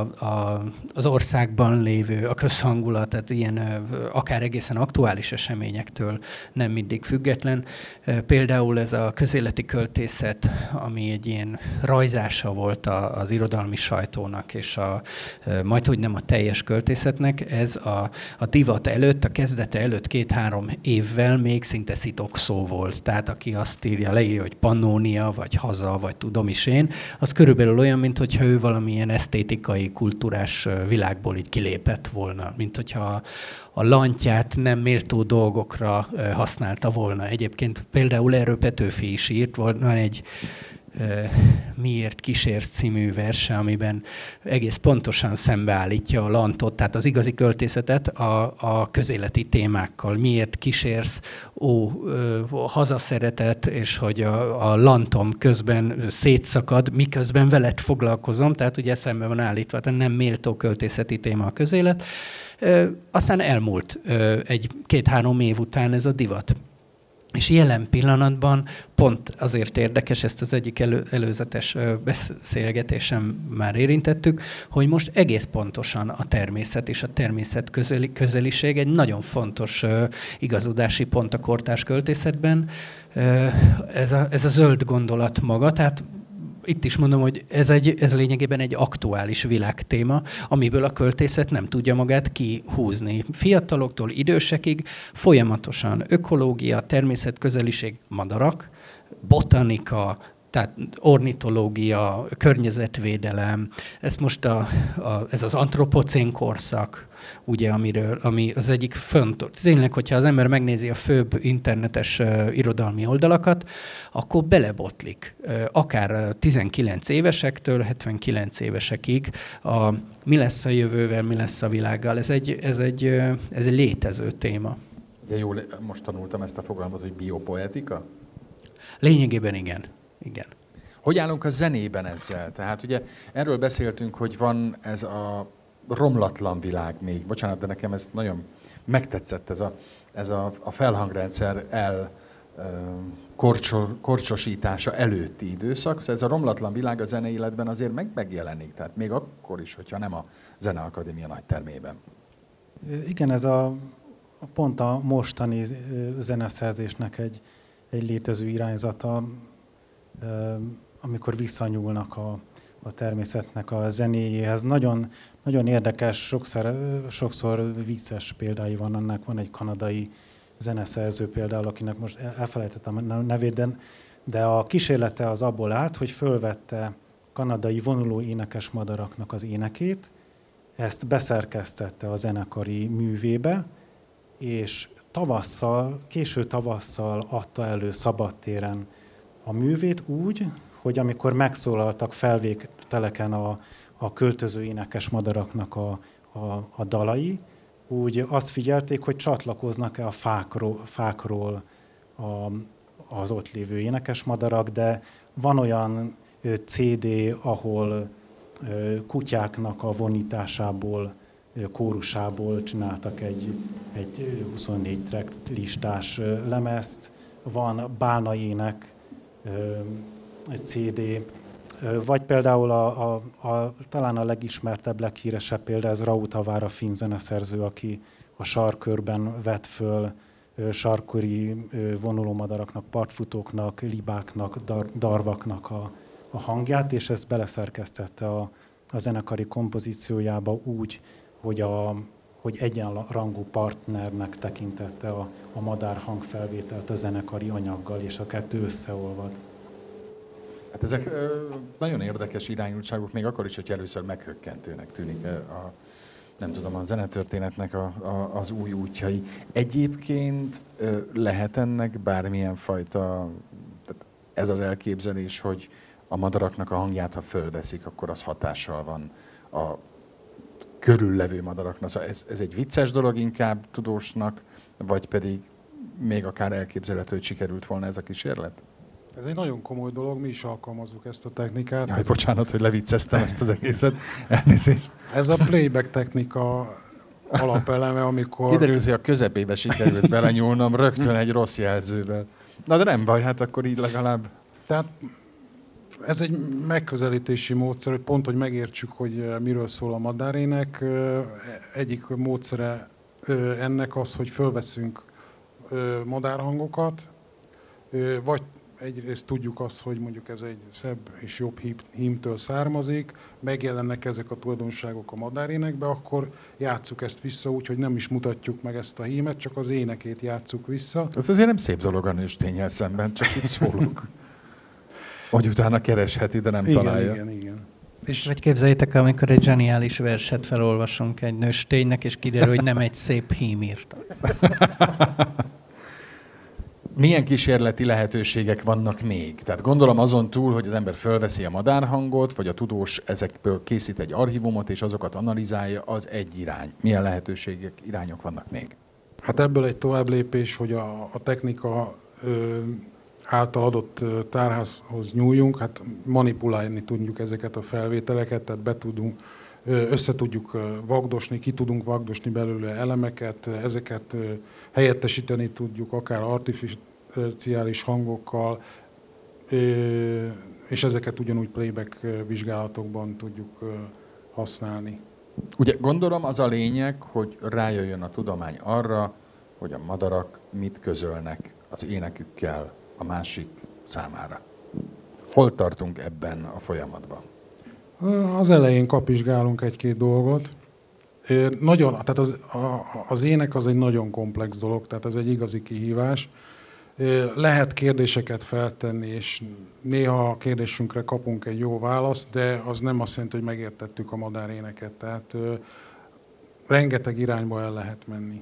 az országban lévő, a közhangulat, tehát ilyen akár egészen aktuális eseményektől nem mindig független. Például ez a közéleti költészet, ami egy ilyen rajzása volt az irodalmi sajtónak, és majdhogy nem a teljes költészetnek, ez a divat előtt, a kezdete előtt 2-3 évvel még szinte szitokszó volt. Tehát aki azt leírja, hogy Pannónia, vagy Haza, vagy tudom is én, az körülbelül olyan, mint hogyha ő valamilyen esztétikai, kultúrás világból így kilépett volna, mint hogyha a lantját nem méltó dolgokra használta volna. Egyébként például erről Petőfi is írt, van egy Miért kísérsz című verse, amiben egész pontosan szembeállítja a lantot, tehát az igazi költészetet a közéleti témákkal. Miért kísérsz, hazaszeretet, és hogy a lantom közben szétszakad, miközben veled foglalkozom, tehát ugye eszembe van állítva, tehát nem méltó költészeti téma a közélet. Aztán elmúlt 1-2-3 év után ez a divat. És jelen pillanatban pont azért érdekes, ezt az egyik előzetes beszélgetésem már érintettük, hogy most egész pontosan a természet és a természet közeliség egy nagyon fontos igazodási pont a kortárs költészetben. Ez a zöld gondolat maga, tehát itt is mondom, hogy ez lényegében egy aktuális világtéma, amiből a költészet nem tudja magát kihúzni. Fiataloktól idősekig folyamatosan ökológia, természetközeliség, madarak, botanika, tehát ornitológia, környezetvédelem, ez most ez az antropocén korszak, ugye, ami az egyik fontos. Tényleg, hogyha az ember megnézi a főbb internetes irodalmi oldalakat, akkor belebotlik. Akár 19 évesektől 79 évesekig mi lesz a jövővel, mi lesz a világgal. Ez egy létező téma. Ugye jól, most tanultam ezt a fogalmat, hogy biopoetika? Lényegében igen. Igen. Hogy állunk a zenében ezzel? Tehát ugye erről beszéltünk, hogy van ez a romlatlan világ még. Bocsánat, de nekem ez nagyon megtetszett, ez a felhangrendszer korcsosítása előtti időszak. Ez a romlatlan világ a zeneéletben azért megjelenik. Tehát még akkor is, hogyha nem a Zeneakadémia nagy termében. Igen, ez pont a mostani zeneszerzésnek egy létező irányzata, amikor visszanyúlnak a természetnek a zenéjéhez. Nagyon, nagyon érdekes, sokszor vicces példái van annak. Van egy kanadai zeneszerző például, akinek most elfelejtettem a nevét, de a kísérlete az abból állt, hogy fölvette kanadai vonuló énekes madaraknak az énekét, ezt beszerkesztette a zenekari művébe, és késő tavasszal adta elő szabadtéren a művét úgy, hogy amikor megszólaltak felvételeken a költöző énekes madaraknak a dalai, úgy azt figyelték, hogy csatlakoznak-e a fákról az ott lévő énekes madarak, de van olyan CD, ahol kutyáknak a vonításából, kórusából csináltak egy 24 track listás lemezt, van Bálna ének, egy CD, vagy például talán a legismertebb, leghíresebb példa, ez Rautavaara finn zeneszerző, aki a sarkörben vett föl sarköri vonulómadaraknak, partfutóknak, libáknak, darvaknak a hangját, és ezt beleszerkesztette a zenekari kompozíciójába úgy, hogy egyenrangú partnernek tekintette a madár hangfelvételt a zenekari anyaggal, és a kettő összeolvad. Hát ezek nagyon érdekes irányultságok, még akkor is, hogy először meghökkentőnek tűnik a zenetörténetnek az új útjai. Egyébként lehet ennek bármilyen fajta, tehát ez az elképzelés, hogy a madaraknak a hangját, ha fölveszik, akkor az hatással van a körüllevő madaraknak. Szóval ez egy vicces dolog inkább tudósnak, vagy pedig még akár elképzelhető, hogy sikerült volna ez a kísérlet? Ez egy nagyon komoly dolog, mi is alkalmazzuk ezt a technikát. Jaj, bocsánat, hogy levicceztem ezt az egészet. Elnézést. Ez a playback technika alapeleme, amikor... Kiderült, hogy a közepébe sikerült belenyúlnom rögtön egy rossz jelzővel. Na de nem baj, hát akkor így legalább... Tehát Ez egy megközelítési módszer, hogy pont, hogy megértsük, hogy miről szól a madárének. Egyik módszere ennek az, hogy fölveszünk madárhangokat, vagy egyrészt tudjuk azt, hogy mondjuk ez egy szebb és jobb hímtől származik, megjelennek ezek a tulajdonságok a madárénekbe, akkor játsszuk ezt vissza úgy, hogy nem is mutatjuk meg ezt a hímet, csak az énekét játsszuk vissza. Ez azért nem szép dolog a nősténnyel szemben, csak itt szólunk. Hogy utána keresheti, de nem találja. Igen. Vagy képzeljétek el, amikor egy zseniális verset felolvasunk egy nősténynek, és kiderül, hogy nem egy szép hím írta. Milyen kísérleti lehetőségek vannak még? Tehát gondolom azon túl, hogy az ember fölveszi a madárhangot, vagy a tudós ezekből készít egy archívumot, és azokat analizálja, az egy irány. Milyen lehetőségek, irányok vannak még? Hát ebből egy tovább lépés, hogy a technika által adott tárházhoz nyúljunk, hát manipulálni tudjuk ezeket a felvételeket, tehát össze tudjuk vagdosni, ki tudunk vagdosni belőle elemeket, ezeket helyettesíteni tudjuk akár artificiális hangokkal, és ezeket ugyanúgy playback vizsgálatokban tudjuk használni. Ugye gondolom az a lényeg, hogy rájöjjön a tudomány arra, hogy a madarak mit közölnek az énekükkel a másik számára. Hol tartunk ebben a folyamatban? Az elején kapizsgálunk egy-két dolgot. Tehát az ének az egy nagyon komplex dolog, tehát ez egy igazi kihívás. Lehet kérdéseket feltenni, és néha a kérdésünkre kapunk egy jó választ, de az nem azt jelenti, hogy megértettük a madáréneket. Tehát rengeteg irányba el lehet menni.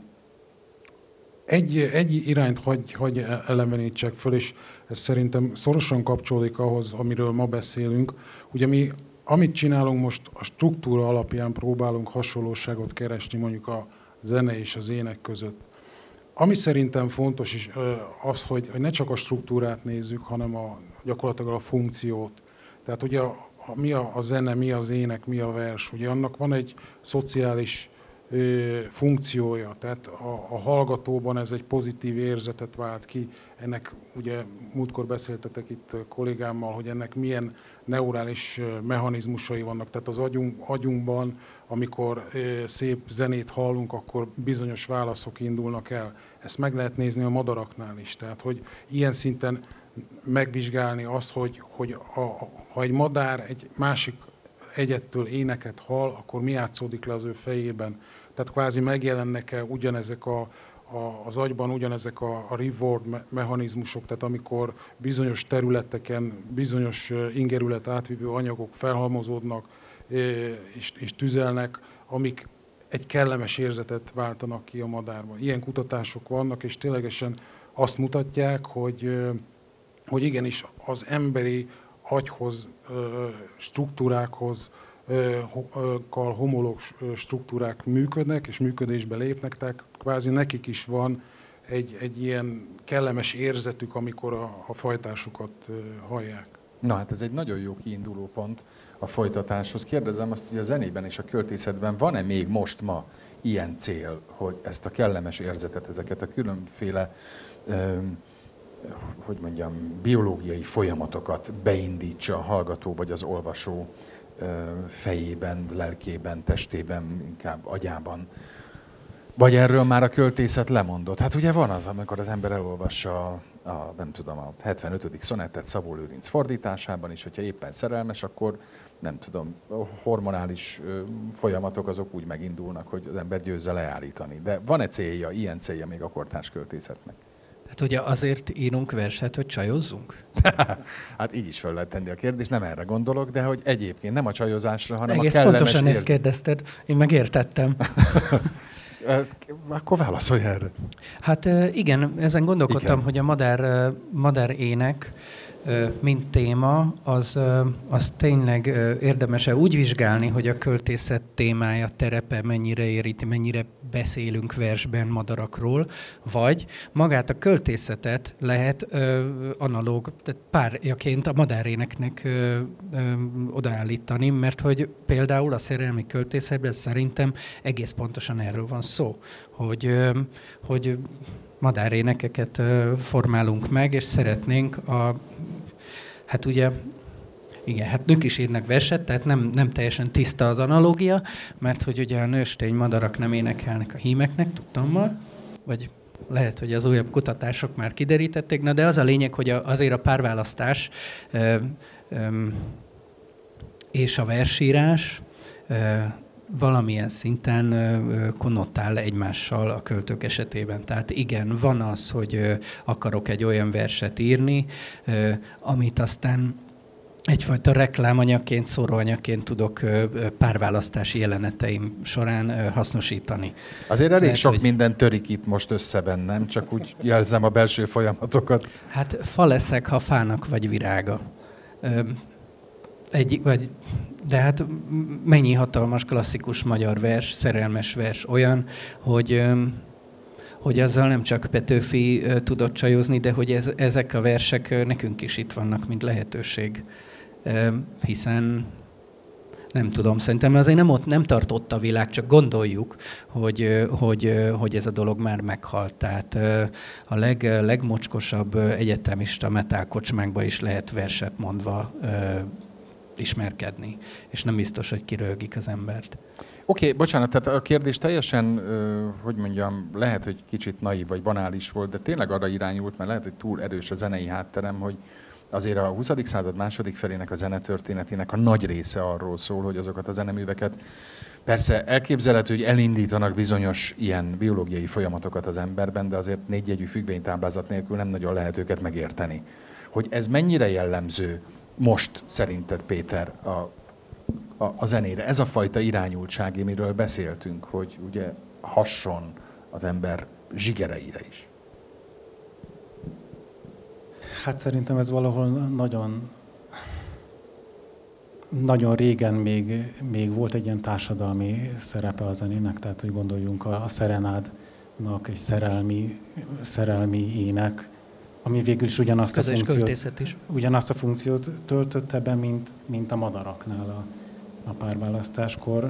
Egy irányt hagy elevenítsek föl, és ez szerintem szorosan kapcsolódik ahhoz, amiről ma beszélünk. Ugye mi, amit csinálunk most, a struktúra alapján próbálunk hasonlóságot keresni mondjuk a zene és az ének között. Ami szerintem fontos is az, hogy ne csak a struktúrát nézzük, hanem gyakorlatilag a funkciót. Tehát ugye mi a zene, mi az ének, mi a vers. Ugye annak van egy szociális funkciója, tehát a hallgatóban ez egy pozitív érzetet vált ki. Ennek ugye múltkor beszéltetek itt kollégámmal, hogy ennek milyen neurális mechanizmusai vannak. Tehát az agyunkban, amikor szép zenét hallunk, akkor bizonyos válaszok indulnak el. Ezt meg lehet nézni a madaraknál is. Tehát, hogy ilyen szinten megvizsgálni azt, hogy ha egy madár egy másik egyettől éneket hall, akkor mi játszódik le az ő fejében. Tehát kvázi megjelennek-e ugyanezek az agyban ugyanezek a reward mechanizmusok, tehát amikor bizonyos területeken bizonyos ingerület átvívő anyagok felhalmozódnak és tüzelnek, amik egy kellemes érzetet váltanak ki a madárban. Ilyen kutatások vannak, és ténylegesen azt mutatják, hogy igenis az emberi agyhoz, struktúrákhoz, homológ struktúrák működnek, és működésbe lépnek, tehát kvázi nekik is van egy ilyen kellemes érzetük, amikor a fajtásukat hallják. Na hát ez egy nagyon jó kiinduló pont a folytatáshoz. Kérdezem azt, hogy a zenében és a költészetben van-e még most ma ilyen cél, hogy ezt a kellemes érzetet, ezeket a különféle biológiai folyamatokat beindítsa a hallgató vagy az olvasó fejében, lelkében, testében, inkább agyában. Vagy erről már a költészet lemondott. Hát ugye van az, amikor az ember elolvassa a 75. szonettet Szabó Lőrinc fordításában is, hogyha éppen szerelmes, akkor a hormonális folyamatok azok úgy megindulnak, hogy az ember győzze leállítani. De van-e célja, ilyen célja még a kortárs költészetnek? Hát ugye azért írunk verset, hogy csajozzunk? Hát így is fel lehet tenni a kérdést, nem erre gondolok, de hogy egyébként nem a csajozásra, hanem egész a kellemes pontosan ezt kérdezted, én megértettem. Akkor válaszolj erre. Hát igen, ezen gondolkodtam, igen. hogy a madár ének, mint téma, az tényleg érdemes-e úgy vizsgálni, hogy a költészet témája, terepe mennyire érinti, mennyire beszélünk versben madarakról, vagy magát a költészetet lehet analóg, tehát párjaként a madáréneknek odaállítani, mert hogy például a szerelmi költészetben szerintem egész pontosan erről van szó, hogy madárénekeket formálunk meg, és szeretnénk hát ugye Igen, hát nők is írnak verset, tehát nem teljesen tiszta az analógia, mert hogy ugye a nőstény madarak nem énekelnek a hímeknek, tudtommal, vagy lehet, hogy az újabb kutatások már kiderítették, na de az a lényeg, hogy azért a párválasztás és a versírás valamilyen szinten konnotál egymással a költők esetében. Tehát igen, van az, hogy akarok egy olyan verset írni, amit aztán egyfajta reklámanyagként, szóróanyagként tudok párválasztási jeleneteim során hasznosítani. Azért elég sok minden törik itt most össze bennem, csak úgy jelzem a belső folyamatokat. Hát fa leszek, ha fának vagy virága. De hát mennyi hatalmas klasszikus magyar vers, szerelmes vers olyan, hogy azzal nem csak Petőfi tudott csajozni, de hogy ezek a versek nekünk is itt vannak, mint lehetőség. Hiszen nem tudom, szerintem azért nem tartott a világ, csak gondoljuk, hogy ez a dolog már meghalt. Tehát a legmocskosabb egyetemista metálkocsmákba is lehet verset mondva ismerkedni, és nem biztos, hogy kiröhögik az embert. Oké, bocsánat, tehát a kérdés teljesen, hogy mondjam, lehet, hogy kicsit naív vagy banális volt, de tényleg arra irányult, mert lehet, hogy túl erős a zenei hátterem, hogy azért a 20. század második felének a zenetörténetének a nagy része arról szól, hogy azokat a zeneműveket persze elképzelhető, hogy elindítanak bizonyos ilyen biológiai folyamatokat az emberben, de azért négyjegyű függvénytáblázat nélkül nem nagyon lehet őket megérteni. Hogy ez mennyire jellemző most szerinted, Péter, a zenére? Ez a fajta irányultság, amiről beszéltünk, hogy ugye hasson az ember zsigereire is. Hát szerintem ez valahol nagyon régen még volt egy ilyen társadalmi szerepe a zenének, tehát hogy gondoljunk a szerenádnak egy szerelmi ének, ami végül is ugyanazt a funkciót töltötte be, mint a madaraknál a párválasztáskor.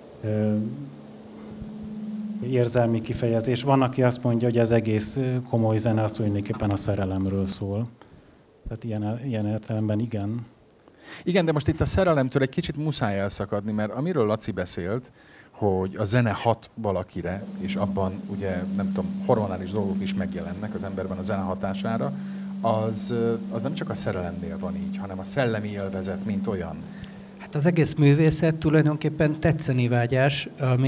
Érzelmi kifejezés. Van, aki azt mondja, hogy az egész komoly zene az tulajdonképpen a szerelemről szól. Tehát ilyen értelemben igen. Igen, de most itt a szerelemtől egy kicsit muszáj elszakadni, mert amiről Laci beszélt, hogy a zene hat valakire, és abban ugye, nem tudom, hormonális dolgok is megjelennek az emberben a zene hatására, az nem csak a szerelemnél van így, hanem a szellemi élvezet, mint olyan. Hát az egész művészet tulajdonképpen tetszeni vágyás,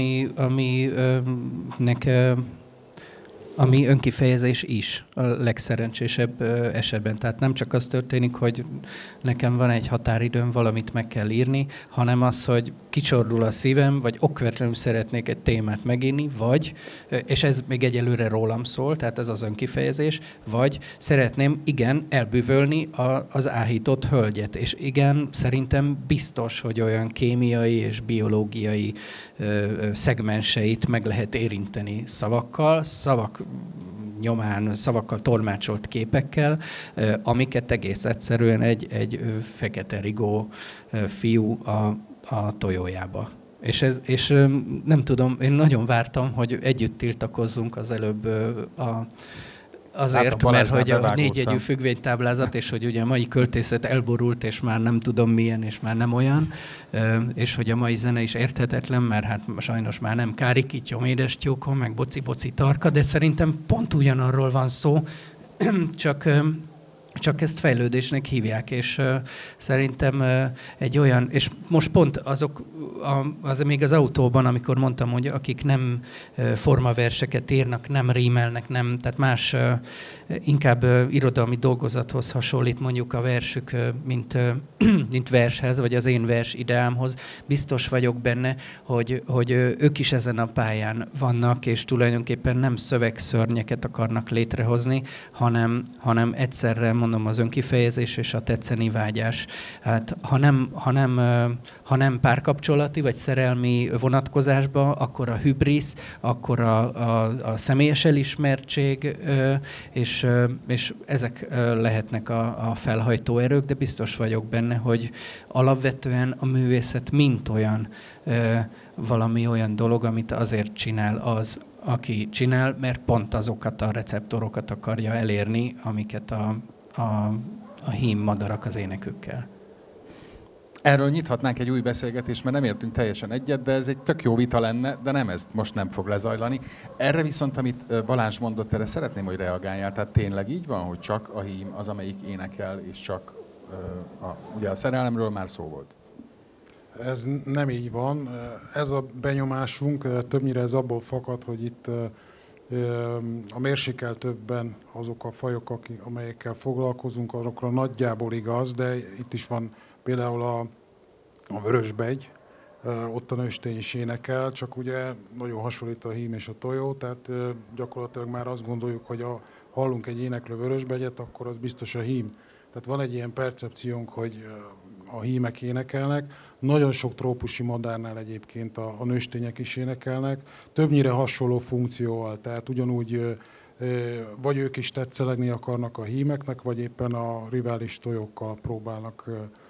ami önkifejezés is a legszerencsésebb esetben. Tehát nem csak az történik, hogy nekem van egy határidőm, valamit meg kell írni, hanem az, hogy kicsordul a szívem, vagy okvetlenül szeretnék egy témát megírni, vagy, és ez még egyelőre rólam szól, tehát ez az önkifejezés, vagy szeretném, igen, elbűvölni az áhított hölgyet. És igen, szerintem biztos, hogy olyan kémiai és biológiai szegmenseit meg lehet érinteni szavak nyomán, szavakkal tolmácsolt képekkel, amiket egész egyszerűen egy fekete rigó fiú a tojójába. És nem tudom, én nagyon vártam, hogy együtt tiltakozzunk az előbb azért, mert hogy a négyjegyű függvénytáblázat, és hogy ugye a mai költészet elborult, és már nem tudom milyen, és már nem olyan, és hogy a mai zene is érthetetlen, mert hát sajnos már nem Kárikítyom, édestyókom, meg boci-boci tarka, de szerintem pont ugyanarról van szó, csak ezt fejlődésnek hívják, és szerintem egy olyan, és most pont az még az autóban, amikor mondtam, hogy akik nem formaverseket írnak, nem rímelnek, tehát más, inkább irodalmi dolgozathoz hasonlít mondjuk a versük, mint vershez, vagy az én vers ideámhoz. Biztos vagyok benne, hogy ők is ezen a pályán vannak, és tulajdonképpen nem szövegszörnyeket akarnak létrehozni, hanem egyszerre mondom az önkifejezés és a tetszeni vágyás. Hát, ha nem párkapcsolati vagy szerelmi vonatkozásba, akkor a hübrisz, akkor a személyes elismertség, és ezek lehetnek a felhajtó erők, de biztos vagyok benne, hogy alapvetően a művészet mint olyan valami olyan dolog, amit azért csinál az, aki csinál, mert pont azokat a receptorokat akarja elérni, amiket a hím madarak az énekükkel. Erről nyithatnánk egy új beszélgetést, mert nem értünk teljesen egyet, de ez egy tök jó vita lenne, de nem, ez most nem fog lezajlani. Erre viszont, amit Balázs mondott, erre szeretném, hogy reagáljál. Tehát tényleg így van, hogy csak a hím az, amelyik énekel, és csak ugye a szerelemről már szó volt. Ez nem így van. Ez a benyomásunk, többnyire ez abból fakad, hogy itt a mérsékeltebben azok a fajok, amelyekkel foglalkozunk, azokra nagyjából igaz, de itt is van például a vörösbegy, ott a nőstény is énekel, csak ugye nagyon hasonlít a hím és a tojó, tehát gyakorlatilag már azt gondoljuk, hogy hallunk egy éneklő vörösbegyet, akkor az biztos a hím. Tehát van egy ilyen percepciónk, hogy a hímek énekelnek. Nagyon sok trópusi madárnál egyébként a nőstények is énekelnek. Többnyire hasonló funkcióval, tehát ugyanúgy vagy ők is tetszelegni akarnak a hímeknek, vagy éppen a rivális tojókkal próbálnak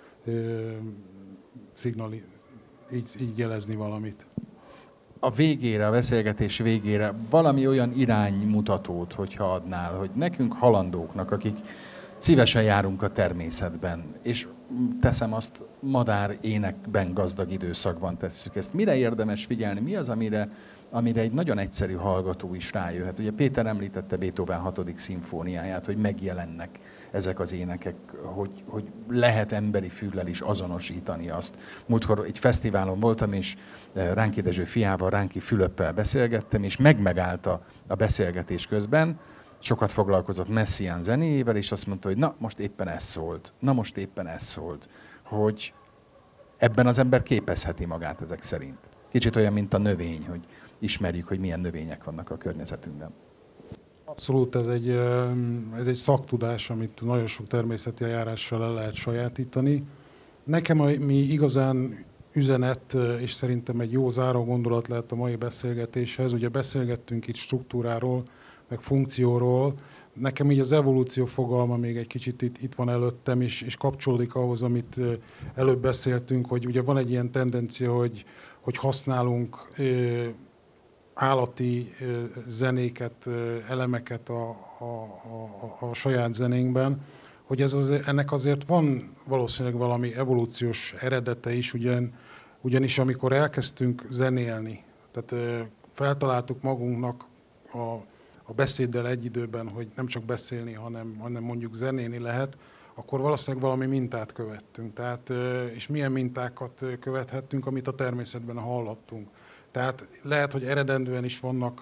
így jelezni valamit. A végére, a beszélgetés végére valami olyan iránymutatót, hogyha adnál, hogy nekünk halandóknak, akik szívesen járunk a természetben, és teszem azt, madár énekben gazdag időszakban tesszük ezt. Mire érdemes figyelni? Mi az, amire egy nagyon egyszerű hallgató is rájöhet? Ugye Péter említette Beethoven 6. szimfóniáját, hogy megjelennek ezek az énekek, hogy lehet emberi füllel is azonosítani azt. Múltkor egy fesztiválon voltam, és Ránki Dezső fiával, Ránki Fülöppel beszélgettem, és megállt a beszélgetés közben, sokat foglalkozott Messiaen zenéjével, és azt mondta, hogy na, most éppen ez szólt, hogy ebben az ember képezheti magát ezek szerint. Kicsit olyan, mint a növény, hogy ismerjük, hogy milyen növények vannak a környezetünkben. Abszolút, ez egy szaktudás, amit nagyon sok természeti eljárással el lehet sajátítani. Nekem mi igazán üzenet, és szerintem egy jó záró gondolat lehet a mai beszélgetéshez. Ugye beszélgettünk itt struktúráról, meg funkcióról. Nekem így az evolúció fogalma még egy kicsit itt van előttem, és kapcsolódik ahhoz, amit előbb beszéltünk, hogy ugye van egy ilyen tendencia, hogy használunk állati zenéket, elemeket a saját zenénkben, hogy ennek azért van valószínűleg valami evolúciós eredete is, ugyanis amikor elkezdtünk zenélni, tehát feltaláltuk magunknak a beszéddel egy időben, hogy nem csak beszélni, hanem mondjuk zenélni lehet, akkor valószínűleg valami mintát követtünk. Tehát, és milyen mintákat követhettünk, amit a természetben hallottunk. Tehát lehet, hogy eredendően is vannak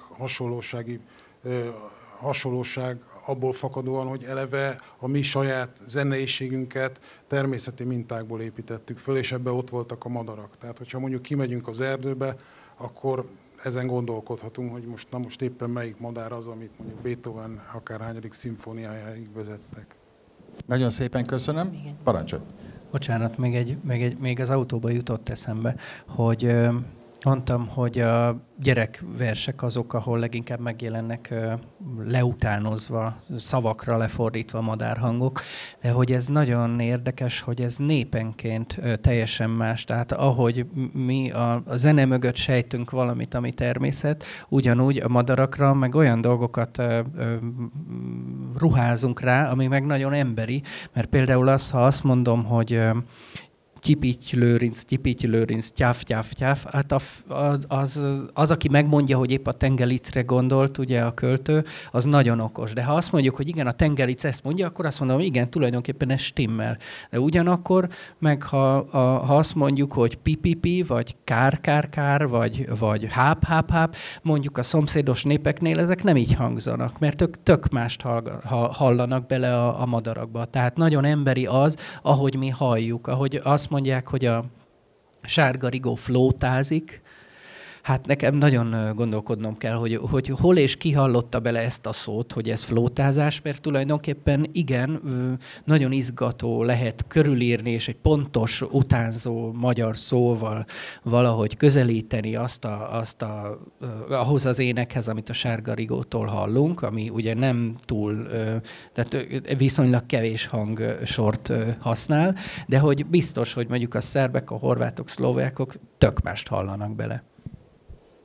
hasonlóság abból fakadóan, hogy eleve a mi saját zeneiségünket természeti mintákból építettük föl, és ebbe ott voltak a madarak. Tehát, hogyha mondjuk kimegyünk az erdőbe, akkor ezen gondolkodhatunk, hogy most éppen melyik madár az, amit mondjuk Beethoven akárhányadik szimfóniájáig vezettek. Nagyon szépen köszönöm. Parancsolj! Bocsánat, még az autóba jutott eszembe, hogy mondtam, hogy a gyerekversek azok, ahol leginkább megjelennek leutánozva, szavakra lefordítva madárhangok, de hogy ez nagyon érdekes, hogy ez népenként teljesen más. Tehát ahogy mi a zene mögött sejtünk valamit, ami természet, ugyanúgy a madarakra meg olyan dolgokat ruházunk rá, ami meg nagyon emberi, mert például ha azt mondom, hogy tyipitty lőrinc, tyáf, hát az, aki megmondja, hogy épp a tengelicre gondolt, ugye a költő, az nagyon okos. De ha azt mondjuk, hogy igen, a tengelic ezt mondja, akkor azt mondom, hogy igen, tulajdonképpen ez stimmel. De ugyanakkor, meg ha azt mondjuk, hogy pipipi, vagy kár, vagy háp, mondjuk a szomszédos népeknél ezek nem így hangzanak, mert ők tök mást hallanak bele a madarakba. Tehát nagyon emberi az, ahogy mi halljuk, ahogy azt mondják, hogy a sárgarigó flótázik. Hát nekem nagyon gondolkodnom kell, hogy hol és ki hallotta bele ezt a szót, hogy ez flótázás, mert tulajdonképpen igen, nagyon izgató lehet körülírni, és egy pontos, utánzó magyar szóval valahogy közelíteni ahhoz az énekhez, amit a sárgarigótól hallunk, ami ugye nem túl, tehát viszonylag kevés hangsort használ, de hogy biztos, hogy mondjuk a szerbek, a horvátok, szlovákok tök mást hallanak bele.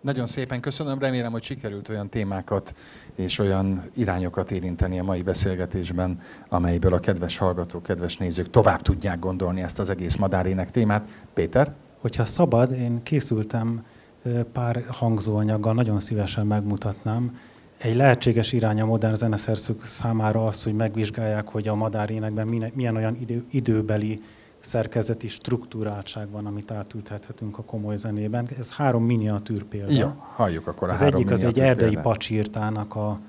Nagyon szépen köszönöm, remélem, hogy sikerült olyan témákat és olyan irányokat érinteni a mai beszélgetésben, amelyből a kedves hallgatók, kedves nézők tovább tudják gondolni ezt az egész madárének témát. Péter? Hogyha szabad, én készültem pár hangzóanyaggal, nagyon szívesen megmutatnám. Egy lehetséges irány a modern zeneszerzők számára az, hogy megvizsgálják, hogy a madárénekben milyen olyan időbeli szerkezeti struktúráltság van, amit átültethetünk a komoly zenében. Ez 3 miniatűr példa. Jó, halljuk akkor a az 3 egyik az egy miniatűr erdei példát. pacsirtának a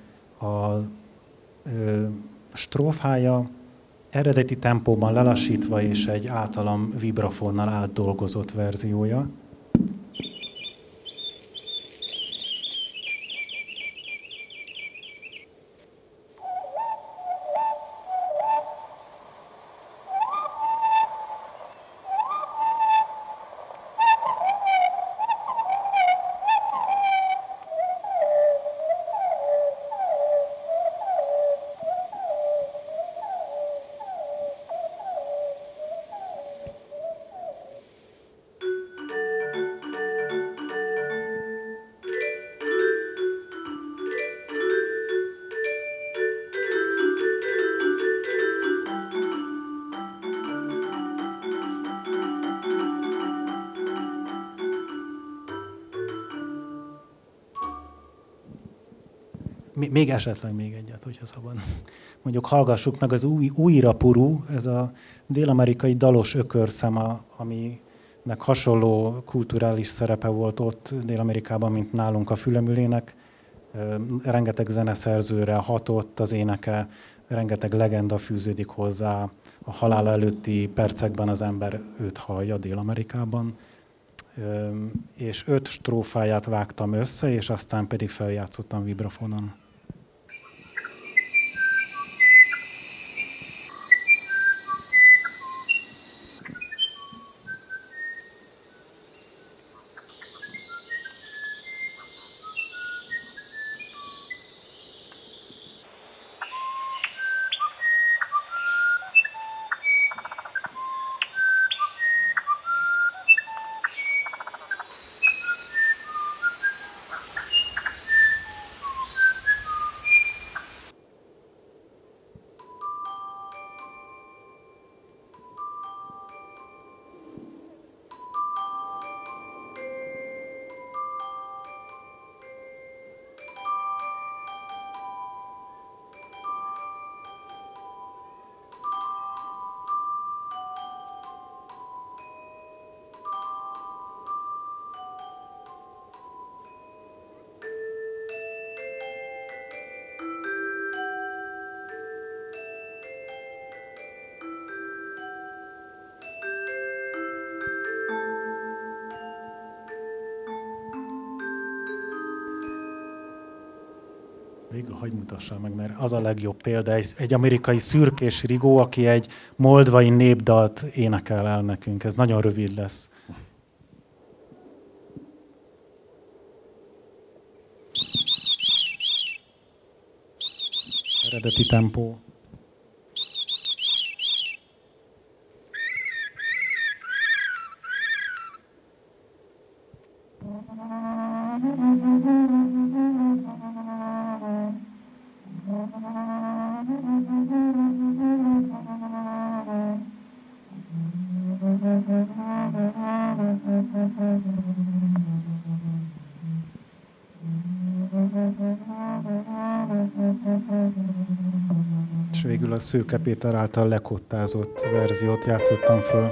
strófája, eredeti tempóban lelassítva és egy általam vibrafonnal átdolgozott verziója. Még esetleg még egyet, hogyha szabad. Mondjuk hallgassuk meg az Uirapuru, ez a dél-amerikai dalos ökörszem, aminek hasonló kulturális szerepe volt ott Dél-Amerikában, mint nálunk a fülemülének. Rengeteg zeneszerzőre hatott az éneke, rengeteg legenda fűződik hozzá. A halála előtti percekben az ember őt hallja Dél-Amerikában. És 5 strófáját vágtam össze, és aztán pedig feljátszottam vibrafonon. Végül hagyj mutassam meg, mert az a legjobb példa, egy amerikai szürkés rigó, aki egy moldvai népdalt énekel el nekünk. Ez nagyon rövid lesz. Eredeti tempó. És végül a Szőke Péter által lekottázott verziót játszottam föl.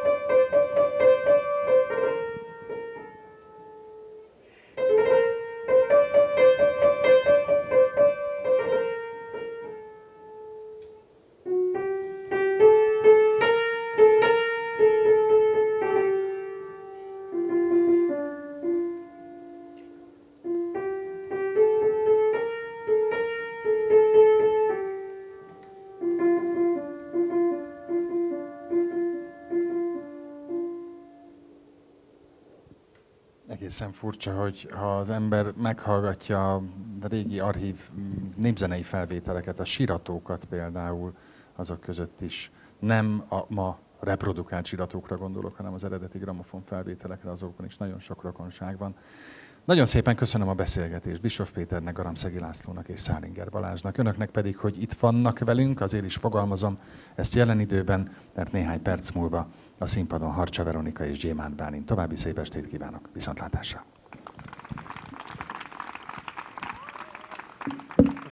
Egészen furcsa, hogy ha az ember meghallgatja a régi archív népzenei felvételeket, a siratókat például, azok között is nem a ma reprodukált siratókra gondolok, hanem az eredeti gramofon felvételekre, azokban is nagyon sok rokonság van. Nagyon szépen köszönöm a beszélgetést Bischoff Péternek, Garamszegi Lászlónak és Szálinger Balázsnak. Önöknek pedig, hogy itt vannak velünk, azért is fogalmazom ezt jelen időben, mert néhány perc múlva a színpadon Harcsa Veronika és Gyémánt Bálint. További szép estét kívánok, viszontlátásra!